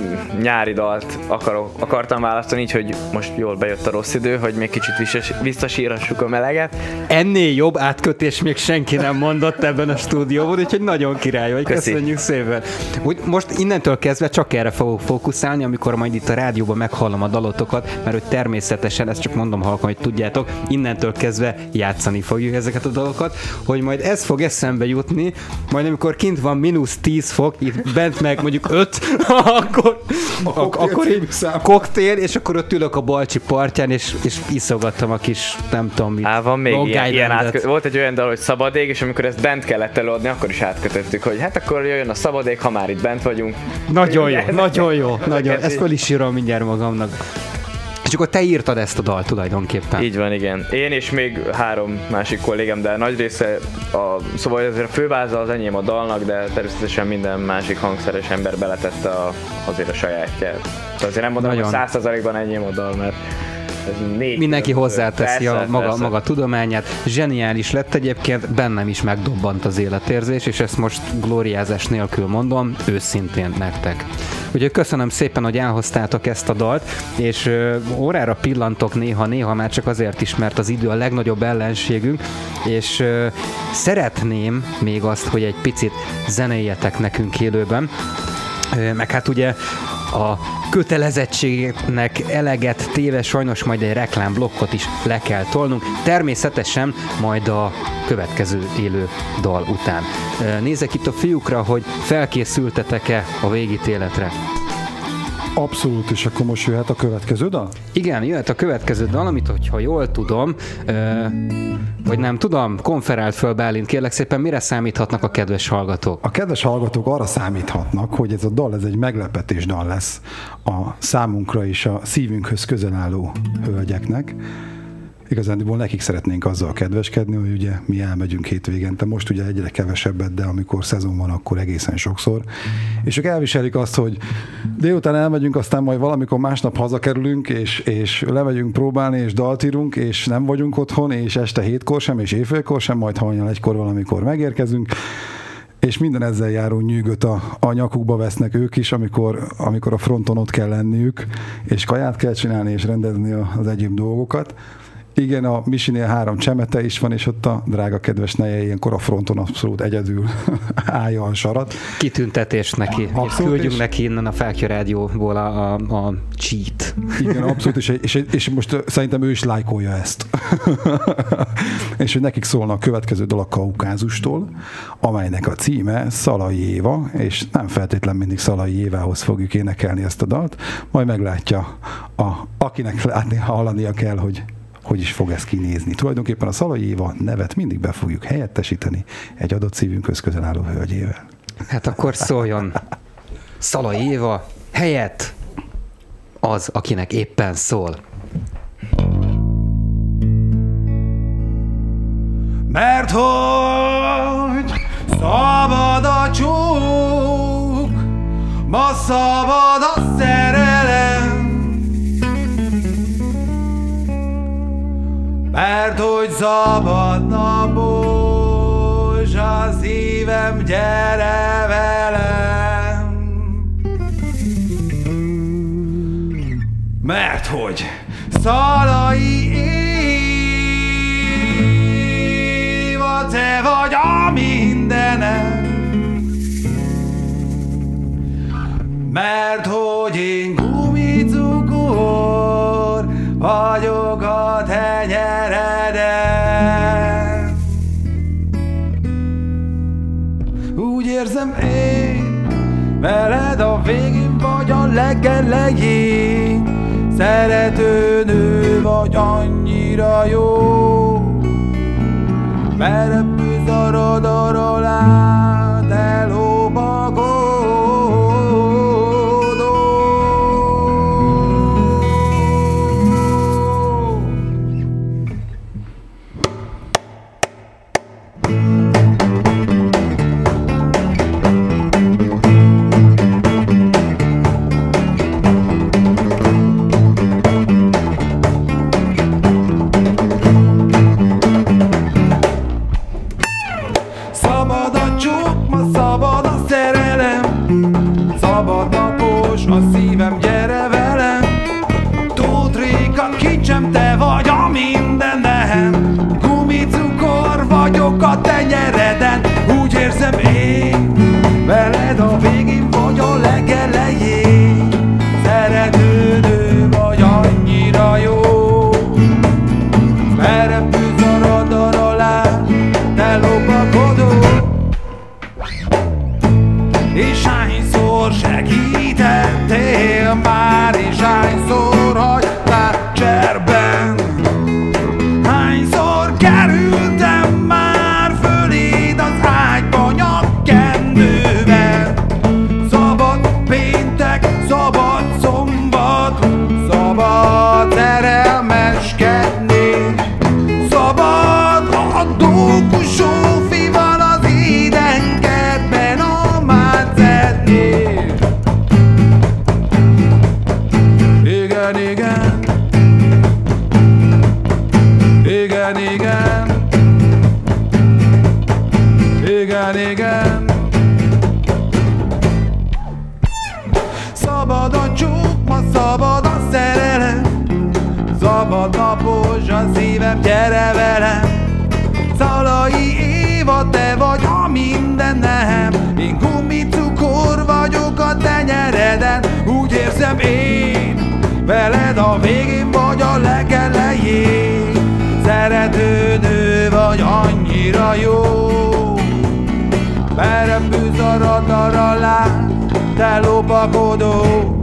nyári dalt akarok, akartam választani, így, hogy most jól bejött a rossz idő, hogy még kicsit visszasírhassuk a meleget. Ennél jobb átkötés még senki nem mondott ebben a stúdióban, úgyhogy nagyon király vagy, köszönjük szépen. Úgy, most innentől kezdve csak erre fogok fókuszálni, amikor majd itt a rádióban meghallom a dalotokat, mert hogy természetesen, ezt csak mondom halkan, hogy tudjátok, innentől kezdve játszani fogjuk ezeket a dalokat, hogy majd ez fog eszembe jutni, majd amikor kint van mínusz tíz fok, itt bent meg mondjuk öt, akkor A Ak- akkor így koktél, és akkor ott ülök a Balcsi partján, és, és iszogattam a kis, nem tudom mit. Á, van még ilyen, ilyen átkö- Volt egy olyan dal, hogy szabadég, és amikor ezt bent kellett előadni, akkor is átkötöttük, hogy hát akkor jöjjön a szabadég, ha már itt bent vagyunk. Nagyon jó, nagyon jó, nagyon. Ezt föl is írom mindjárt magamnak. És akkor te írtad ezt a dal tulajdonképpen. Így van, igen. Én és még három másik kollégám, de nagy része, a, szóval azért a főváza az enyém a dalnak, de természetesen minden másik hangszeres ember beletette a, azért a sajátját. Tehát azért nem mondom, nagyon. Hogy száz százalékban enyém a dal, mert négy mindenki hozzáteszi persze, a maga, persze. maga tudományát. Zseniális lett egyébként, bennem is megdobbant az életérzés, és ezt most glóriázás nélkül mondom, őszintén nektek. Úgyhogy köszönöm szépen, hogy elhoztátok ezt a dalt, és ö, órára pillantok néha-néha, már csak azért is, mert az idő a legnagyobb ellenségünk, és ö, szeretném még azt, hogy egy picit zenéljetek nekünk élőben, ö, meg hát ugye a kötelezettségnek eleget téve sajnos majd egy reklámblokkot is le kell tolnunk, természetesen majd a következő élő dal után. Nézek itt a fiúkra, hogy felkészültetek-e a végítéletre. Abszolút, és akkor most jöhet a következő dal? Igen, jöhet a következő dal, amit, hogyha jól tudom, vagy nem tudom, konferált föl Bálint, kérlek szépen, mire számíthatnak a kedves hallgatók? A kedves hallgatók arra számíthatnak, hogy ez a dal, ez egy meglepetés dal lesz a számunkra és a szívünkhöz közel álló hölgyeknek. Igazándiból nekik szeretnénk azzal kedveskedni, hogy ugye mi elmegyünk hétvégente, most ugye egyre kevesebbet, de amikor szezon van, akkor egészen sokszor. És ők elviselik azt, hogy délután elmegyünk, aztán majd valamikor másnap hazakerülünk, és, és lemegyünk próbálni, és dalt írunk, és nem vagyunk otthon, és este hétkor sem, és éjfélkor sem, majd hajnal egykor valamikor megérkezünk. És minden ezzel járó nyűgöt a, a nyakukba vesznek ők is, amikor, amikor a fronton ott kell lenniük, és kaját kell csinálni, és rendezni az egyéb dolgokat. Igen, a Misinél három csemete is van, és ott a drága kedves neje ilyenkor a fronton abszolút egyedül állja a sarat. Kitüntetés neki. Abszolút, küldjünk és... neki innen a Fákja Rádióból a, a, a cheat. Igen, abszolút, és, és, és most szerintem ő is lájkolja ezt. És hogy nekik szólna a következő dal a Kaukázustól, amelynek a címe Szalai Éva, és nem feltétlen mindig Szalai Évához fogjuk énekelni ezt a dalt, majd meglátja, a, akinek látni, hallania kell, hogy hogy is fog ez kinézni. Tulajdonképpen a Szalai Éva nevet mindig be fogjuk helyettesíteni egy adott szívünkhöz közel álló hölgyével. Hát akkor szóljon Szalai Éva helyett az, akinek éppen szól. Mert hogy szabad a csók, ma szabad a szerelem. Mert hogy szabadna bós a szívem, gyere velem. Mert hogy Szalai Éva, te vagy a mindenem. Mert hogy én gumicukor vagyok a tenyereden. Úgy érzem én, veled a végén vagy a legelején. Szerető nő vagy annyira jó, berepülsz a radar alá, ellopakodó. A szívem, gyere velem, Tótréka, kincsem, te vagy a mindenem. Gumicukor vagyok a tenyereden, úgy érzem én, veled a végén vagy a legelején. Szerető nő vagy annyira jó, berepülsz a radar alá, te lopakodó. És hányszor segítettél már, és hányszor hagytál cserben? Hányszor kerültem már föléd az ágyba nyakkendővel? Szabad péntek, szabad szombat, szabad szerelmeskedni, szabad a dókusófival az édenkertben a mátszedni. Igen, igen, igen, igen, igen, igen. Szabad a csók, ma szabad a szerelem, szabad napos a szívem, gyere velem. Szalai Éva, te vagy a mindenem, én gumicukor vagyok a tenyereden, úgy érzem én, veled a végén vagy a legelején. Szerető nő vagy annyira jó, berepülsz a radar alá, te lopakodó.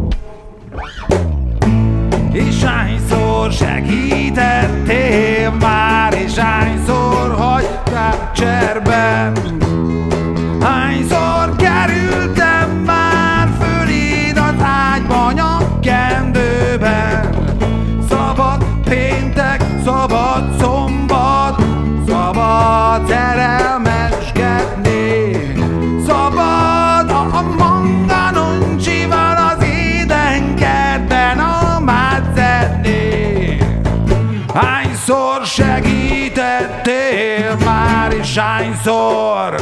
És hányszor segítettél már, és hányszor hagytál cserben? Hányszor kerültem már föléd az ágyba nyakkendőben? Szabad péntek, szabad szombat, szabad szerelmeskedni, szabad a manganoncsival az édenkertben a mátszedni. Hányszor segítettél már, és hányszor?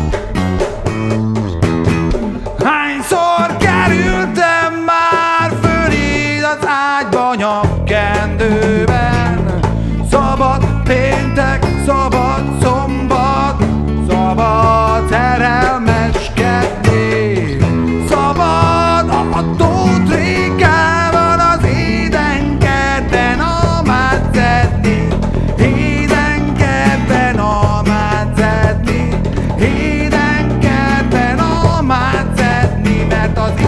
Hányszor kerültem már föléd az ágyba nyakkendőben? Szabad péntek, szabad szombat, szabad szerelmeskedni, szabad a Tótrékával az édenkertben a mátszedni, édenkertben a mátszedni, édenkertben a mátszedni, mert az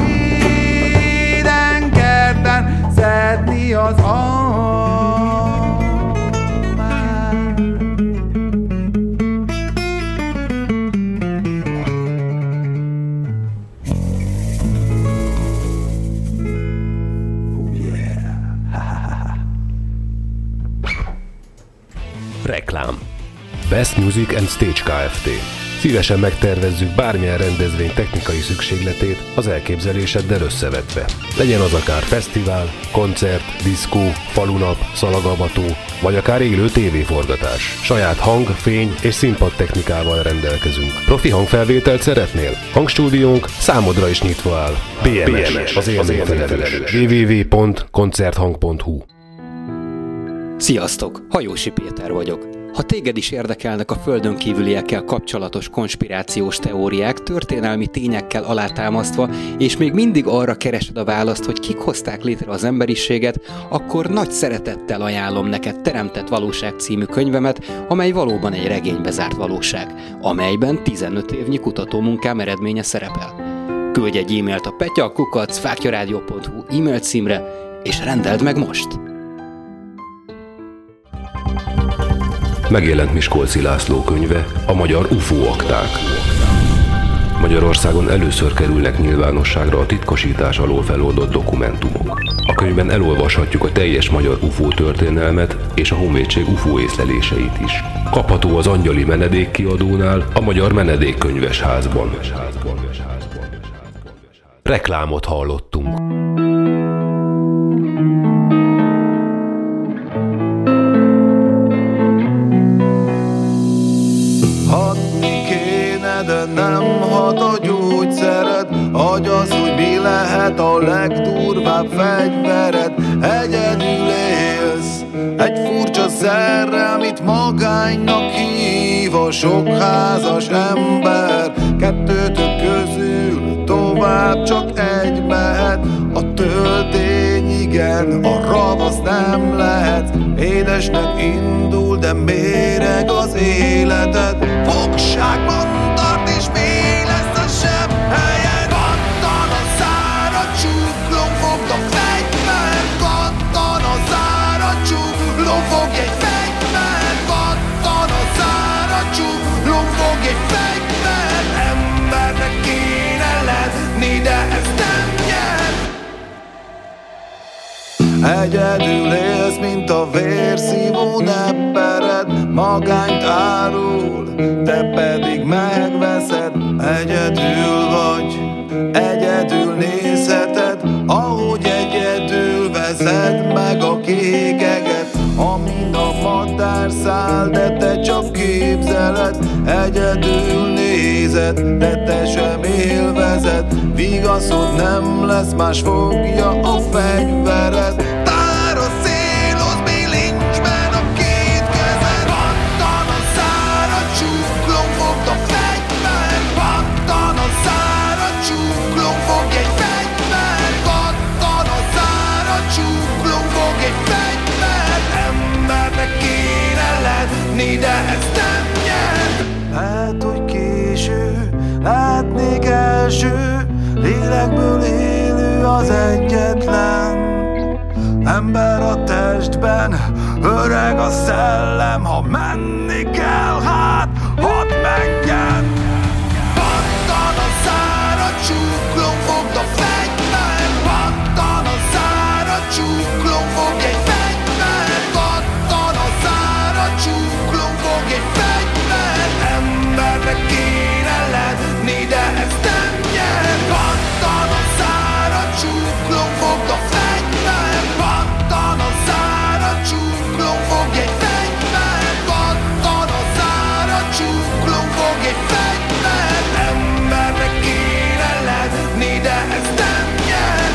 édenkertben szedni az almát. Reklám. Best Music and Stage Kft. Szívesen megtervezzük bármilyen rendezvény technikai szükségletét az elképzeléseddel összevetve. Legyen az akár fesztivál, koncert, diszkó, falunap, szalagavató, vagy akár élő tévéforgatás. Saját hang, fény és színpad technikával rendelkezünk. Profi hangfelvételt szeretnél? Hangstúdiónk számodra is nyitva áll. bé em es, az élményfelelős. double-u double-u double-u pont koncerthang pont hu. Sziasztok! Hajósi Péter vagyok. Ha téged is érdekelnek a földön kívüliekkel kapcsolatos konspirációs teóriák, történelmi tényekkel alátámasztva, és még mindig arra keresed a választ, hogy kik hozták létre az emberiséget, akkor nagy szeretettel ajánlom neked Teremtett Valóság című könyvemet, amely valóban egy regénybe zárt valóság, amelyben tizenöt évnyi kutatómunkám eredménye szerepel. Küldj egy e-mailt a petya kukac fáklyaradio pont hu e-mail címre, és rendeld meg most! Megjelent Miskolci László könyve, a magyar u f o akták. Magyarországon először kerülnek nyilvánosságra a titkosítás alól feloldott dokumentumok. A könyvben elolvashatjuk a teljes magyar u f o történelmet és a honvédség u f o észleléseit is. Kapható az Angyali Menedék kiadónál, a Magyar Menedékkönyves Házban. Reklámot hallottunk. Hatni kéne, de nem hat a gyógyszered. Agyaz, hogy mi lehet a legdurvább fegyvered. Egyedül élsz egy furcsa szerrel, amit magánynak hív a sok házas ember. Kettőtök közül tovább csak egy mehet. A töltény igen, a ravasz nem lehet. Édesnek indul, de méreg az életed. Fogságban tart, és mi lesz a sebb helyed? Kattan a szárad csuklón, fogd a fegyver. Kattan a szárad csuklón, fogj egy fegyver. Kattan a szárad csuklón, fogj egy fegyver. Embernek kéne lenni, de ez nem nyer. Egyedül élsz, mint a vérszívó neppered. Magányt árul, te pedig megveszed. Egyedül vagy, egyedül nézheted, ahogy egyedül veszed meg a kékeget. Amin a madár száll, de te csak képzeled. Egyedül nézed, de te sem élvezed. Vigaszod nem lesz, más fogja a fegyvered. Tár a szélhoz, bilincsben a két kezed. Pattan a szárad csuklón, fogd a fegyver. Pattan a szárad csuklón, fogj egy fegyver. Pattan a szárad csuklón, fogj egy fegyver. Embernek kéne lenni, de ez nem nyer. Lehet, hogy késő, látnék első, lélekből élő az egyetlen ember a testben, öreg a szellem. Ha menni kell, hát hadd menjen. Pattan a szárad csuklón, fogd a fegyver. Pattan a szárad csuklón, fogj egy fegyver. Pattan a szárad csuklón, fogj egy fegyver. Embernek kéne lenni, de ez nem nyer. Pattan a szárad csuklón, fogd a fegyver. Pattan a szárad csuklón, fogj egy fegyver. Pattan a szárad csuklón, fogj egy fegyver. Embernek kéne lenni, de ez nem nyer.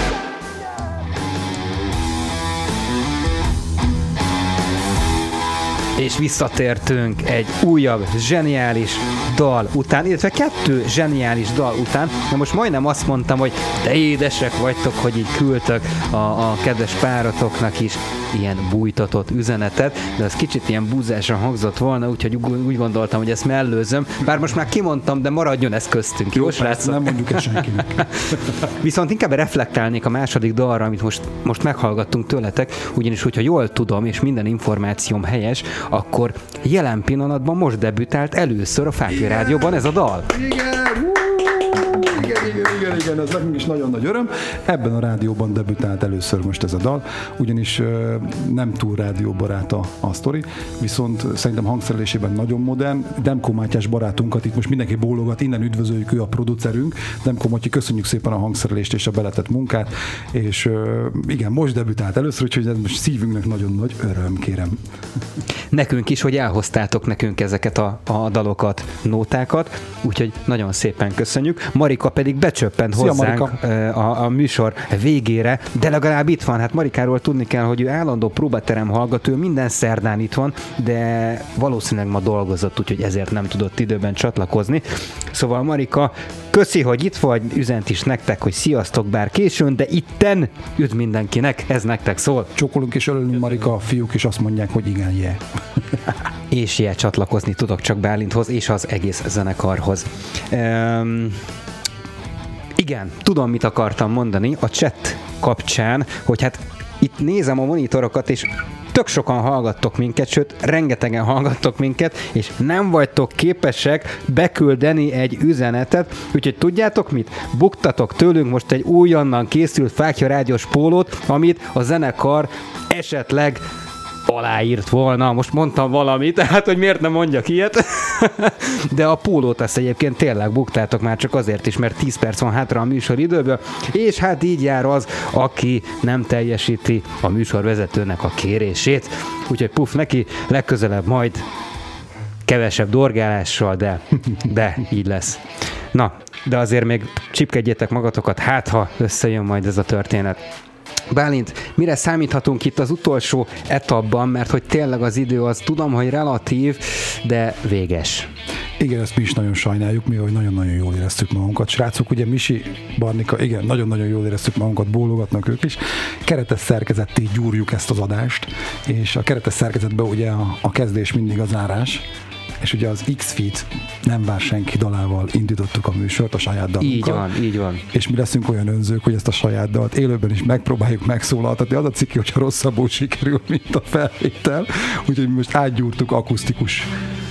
És visszatértünk egy újabb zseniális dal után, illetve kettő zseniális dal után, de most majdnem azt mondtam, hogy de édesek vagytok, hogy így küldtök a, a kedves páratoknak is ilyen bújtatott üzenetet, de az kicsit ilyen búzásra hangzott volna, úgyhogy úgy gondoltam, hogy ezt mellőzöm. Bár most már kimondtam, de maradjon ez köztünk. Jó, srácok? Nem mondjuk ezt senkinek. Viszont inkább reflektálnék a második dalra, amit most, most meghallgattunk tőletek, ugyanis, hogyha jól tudom, és minden információm helyes, akkor jelen pillanatban most debütált először a Fákly Rádióban ez a dal. Igen! Igen, igen, igen, igen, ez nekünk is nagyon nagy öröm. Ebben a rádióban debütált először most ez a dal, ugyanis uh, nem túl rádióbarát a, a sztori, viszont szerintem hangszerelésében nagyon modern. Demko Mátyás barátunkat itt most mindenki bólogat, innen üdvözöljük, ő a producerünk. Demko Matyi, köszönjük szépen a hangszerelést és a beletett munkát, és uh, igen, most debütált először, úgyhogy ez most szívünknek nagyon nagy öröm, kérem. Nekünk is, hogy elhoztátok nekünk ezeket a, a dalokat, nótákat, úgyhogy nagyon szépen köszönjük. Marika pedig becsöppent Szia, hozzánk Marika. a, a műsor végére, de legalább itt van. Hát Marikáról tudni kell, hogy ő állandó próbaterem hallgató, minden szerdán itt van, de valószínűleg ma dolgozott, úgyhogy ezért nem tudott időben csatlakozni. Szóval Marika, köszi, hogy itt vagy, üzent is nektek, hogy sziasztok, bár későn, de itten üdv mindenkinek, ez nektek szól. Csókolunk és ölülünk, Marika, a fiúk is azt mondják, hogy igen, yeah. És ilyen csatlakozni tudok csak Bálinthoz és az egész zenekarhoz. Um, Igen, tudom, mit akartam mondani a chat kapcsán, hogy hát itt nézem a monitorokat, és tök sokan hallgattok minket, sőt, rengetegen hallgattok minket, és nem vagytok képesek beküldeni egy üzenetet, úgyhogy tudjátok mit? Buktatok tőlünk most egy újonnan készült Fákja Rádiós pólót, amit a zenekar esetleg aláírt volna. Most mondtam valamit, tehát, hogy miért nem mondjak ilyet. De a pólót ezt egyébként tényleg buktátok már csak azért is, mert tíz perc van hátra a műsoridőből, és hát így jár az, aki nem teljesíti a műsorvezetőnek a kérését. Úgyhogy puff neki, legközelebb majd kevesebb dorgálással, de, de így lesz. Na, de azért még csipkedjétek magatokat, hát ha összejön majd ez a történet. Bálint, mire számíthatunk itt az utolsó etapban, mert hogy tényleg az idő az tudom, hogy relatív, de véges. Igen, ezt mi is nagyon sajnáljuk, mi, hogy nagyon-nagyon jól éreztük magunkat. Srácok, ugye Misi, Barnika, igen, nagyon-nagyon jól éreztük magunkat, bólogatnak ők is. Keretes szerkezetté gyúrjuk ezt az adást, és a keretes szerkezetben ugye a, a kezdés mindig a zárás, és ugye az X-Feet Nem vár senki dalával indítottuk a műsort, a saját dalunkkal. Így van, így van. És mi leszünk olyan önzők, hogy ezt a saját dalt élőben is megpróbáljuk megszólaltatni. Az a ciki, hogyha rosszabbul sikerül, mint a felvétel. Úgyhogy mi most átgyúrtuk akusztikus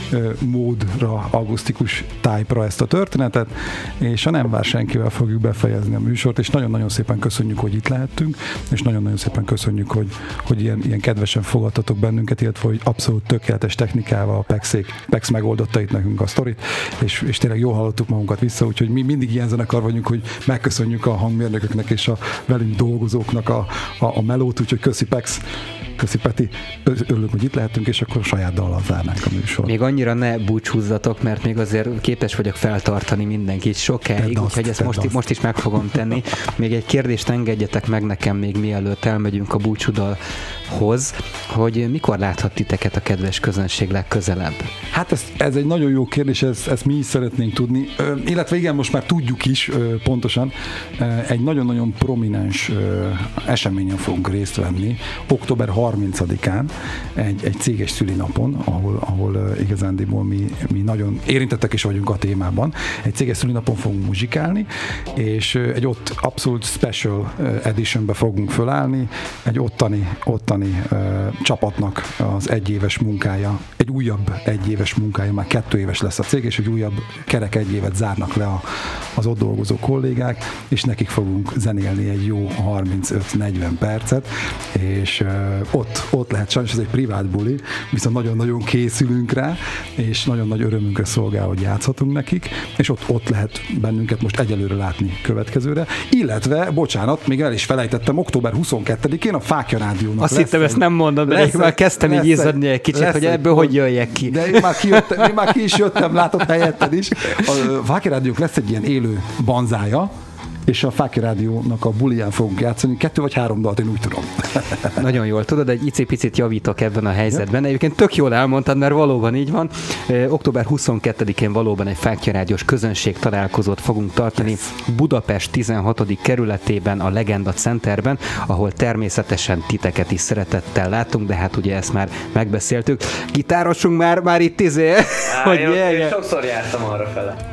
módra, akusztikus type-ra ezt a történetet, és a Nem vár senkivel fogjuk befejezni a műsort, és nagyon-nagyon szépen köszönjük, hogy itt lehettünk, és nagyon-nagyon szépen köszönjük, hogy, hogy ilyen, ilyen kedvesen fogadtatok bennünket, illetve hogy abszolút tökéletes technikával a Pexék, Pex megoldotta itt nekünk a sztorit, és, és tényleg jól hallottuk magunkat vissza, úgyhogy mi mindig ilyen zenekar vagyunk, hogy megköszönjük a hangmérnököknek és a velünk dolgozóknak a, a, a melót, úgyhogy köszi Pex, köszi Peti, örülök, hogy itt lehetünk, és akkor saját dallal zárnánk a műsort. Még annyira ne búcsúzzatok, mert még azért képes vagyok feltartani mindenkit sokáig, azt, úgyhogy ezt most, most is meg fogom tenni. Még egy kérdést engedjetek meg nekem még mielőtt elmegyünk a búcsúdalhoz, hogy mikor láthat titeket a kedves közönség legközelebb? Hát ez, ez egy nagyon jó kérdés, ezt, ezt mi is szeretnénk tudni, ö, illetve igen, most már tudjuk is ö, pontosan, ö, egy nagyon-nagyon prominens ö, eseményen fogunk részt venni, október harmincadikán, egy, egy céges szülinapon, ahol, ahol ö, igazándiból mi, mi nagyon érintettek is vagyunk a témában. Egy céges szülinapon fogunk muzsikálni, és ö, egy ott abszolút special editionbe fogunk fölállni, egy ottani, ottani ö, csapatnak az egyéves munkája, egy újabb egyéves munkája, már kettő éves lesz a cég, és egy újabb kerek egy évet zárnak le a, az ott dolgozó kollégák, és nekik fogunk zenélni egy jó harmincöt-negyven percet, és uh, ott, ott lehet, sajnos ez egy privát buli, viszont nagyon-nagyon készülünk rá, és nagyon nagy örömünkre szolgál, hogy játszhatunk nekik, és ott, ott lehet bennünket most egyelőre látni következőre, illetve, bocsánat, még el is felejtettem, október huszonkettedikén a Fákja Rádiónak Azt hittem, ezt nem mondod, de én már kezdtem így izzadni egy kicsit, hogy ebből hogy jöjjek ki. De én már, kijöttem, én már ki is jöttem, látod helyetted is. A Fákja Rádiók lesz egy ilyen élő banzája, és a Fákja Rádiónak a buliján fogunk játszani. Kettő vagy három dalt, én úgy tudom. Nagyon jól tudod, egy icipicit javítok ebben a helyzetben. Egyébként tök jól elmondtad, mert valóban így van. október huszonkettedikén valóban egy Fákja Rádiós közönség találkozót fogunk tartani yes. Budapest tizenhatodik kerületében, a Legenda Centerben, ahol természetesen titeket is szeretettel látunk, de hát ugye ezt már megbeszéltük. Gitárosunk már, már itt izé. Á, hogy én, én sokszor jártam arra fele.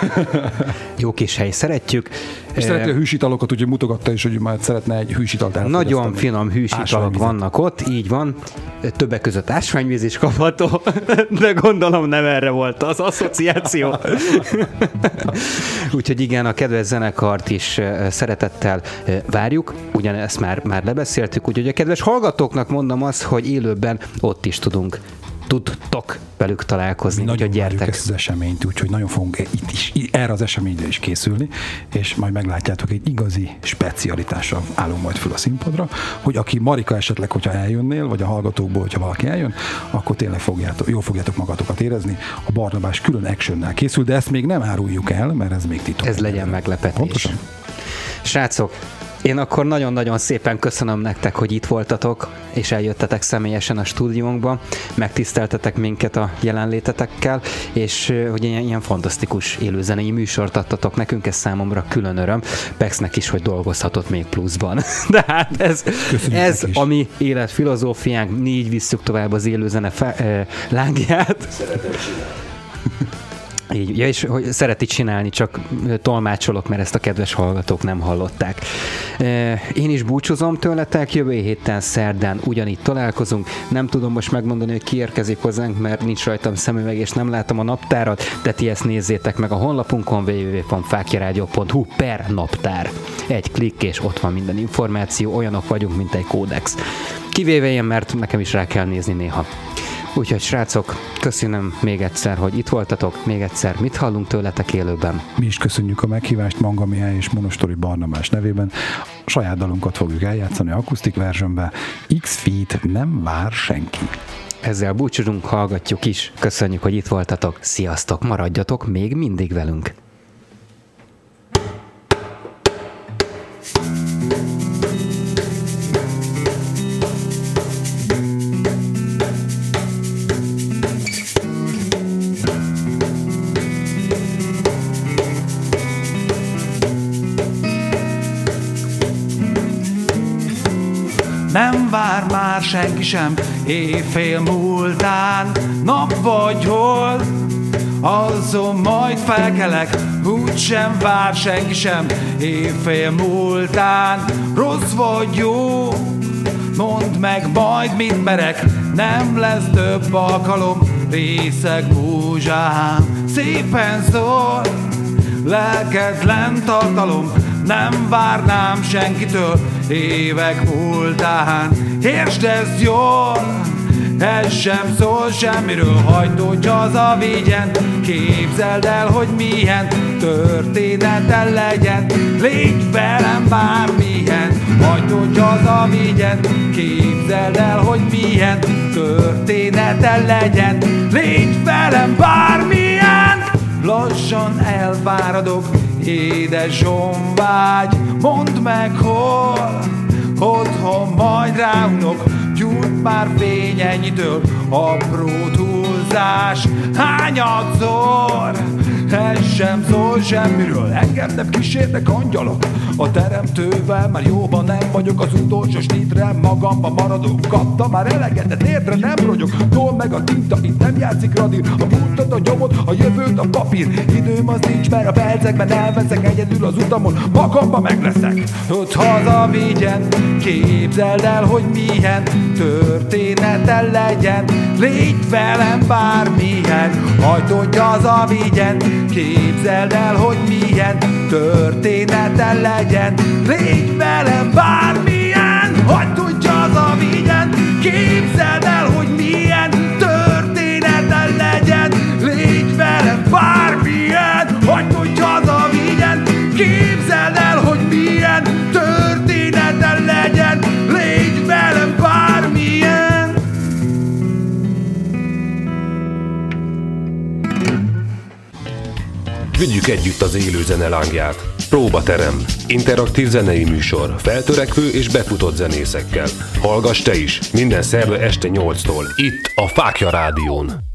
Jó kis hely, szeretjük. És szereti a hűsitalokat, úgyhogy mutogatta is, hogy már szeretne egy hűsitalt elfogyasztani. Nagyon finom hűsitalok vannak ott, így van. Többek között ásványvíz is kapható, de gondolom nem erre volt az asszociáció. Úgyhogy igen, a kedves zenekart is szeretettel várjuk, ugyanezt már, már lebeszéltük, úgyhogy a kedves hallgatóknak mondom azt, hogy élőben ott is tudunk tudtok velük találkozni, úgyhogy gyertek. Ezt az eseményt, úgyhogy nagyon fogunk itt is, erre az eseményre is készülni, és majd meglátjátok, egy igazi specialitással állunk majd föl a színpadra, hogy aki Marika esetleg, hogyha eljönnél, vagy a hallgatókból, hogyha valaki eljön, akkor tényleg fogjátok, jól fogjátok magatokat érezni. A Barnabás külön actionnel készül, de ezt még nem áruljuk el, mert ez még titok. Ez legyen meglepetés. Pontosan? Srácok, én akkor nagyon-nagyon szépen köszönöm nektek, hogy itt voltatok, és eljöttetek személyesen a stúdiónkba, megtiszteltetek minket a jelenlétetekkel, és hogy ilyen, ilyen fantasztikus élőzenei műsort adtatok nekünk, ez számomra külön öröm. Pexnek is, hogy dolgozhatott még pluszban. De hát ez, ez a mi életfilozófiánk, mi így visszük tovább az élőzene fe, eh, lángját. Így, ja, és hogy szereti csinálni, csak tolmácsolok, mert ezt a kedves hallgatók nem hallották. Én is búcsúzom tőletek, jövő héten szerdán ugyanígy találkozunk. Nem tudom most megmondani, hogy ki érkezik hozzánk, mert nincs rajtam szemüveg, és nem látom a naptárat, de ti ezt nézzétek meg a honlapunkon, double-u double-u double-u pont fákjaradio pont hu per naptár. Egy klikk, és ott van minden információ, olyanok vagyunk, mint egy kódex. Kivéve én, mert nekem is rá kell nézni néha. Úgyhogy srácok, köszönöm még egyszer, hogy itt voltatok, még egyszer mit hallunk tőletek élőben. Mi is köszönjük a meghívást Manga Mihály és Monostori Barnabás nevében. A saját dalunkat fogjuk eljátszani akusztik versionbe. X-Feet nem vár senki. Ezzel búcsúzunk, hallgatjuk is. Köszönjük, hogy itt voltatok. Sziasztok, maradjatok még mindig velünk. Nem vár már senki sem, éjfél múltán, nap vagy hold, azon majd felkelek, úgysem vár senki sem, éjfél múltán, rossz vagy jó, mondd meg majd mit merek, nem lesz több alkalom, részeg múzsám, szépen szól, lelkedlen tartalom, nem várnám senkitől, évek múltán. Értsd ezt jól, ez sem szól semmiről, hagyd, hogy hazavigyen, képzeld el, hogy milyen története legyen, légy velem bármilyen, hagyd, hogy hazavigyen, képzeld el, hogy milyen története legyen, légy velem bármilyen. Lassan elváradok, édes honvágy, mondd meg hol, otthon majd ráunok, gyújt már fény ennyitől, apró túlzás, hányadszor, ez sem szól semmiről, engem nem kísérnek angyalok, a teremtővel már jóban nem vagyok, az utolsó snitre magamban maradok, kaptam már eleget, de térdre nem rogyok, tol meg a tinta, itt nem játszik radír, a múltat a nyomot, a jövőt a papír, időm az nincs, mert a percekben elveszek egyedül az utamon, magamban meg leszek, ott hazavigyen, képzeld el, hogy milyen története legyen, légy velem bármilyen, hagyd, hogy hazavigyen, képzeld el, hogy milyen története legyen, légy velem bármilyen, hagyd, hogy hazavigyen, képzeld el, hogy milyen története legyen, légy velem bármilyen, hagyd, hogy hazavigyen, képzeld el, hogy milyen története legyen, légy velem bármilyen. Vigyük együtt az élő zene lángját. Próbaterem. Interaktív zenei műsor. Feltörekvő és befutott zenészekkel. Hallgass te is. Minden szerda este nyolctól. Itt a Fákja Rádión.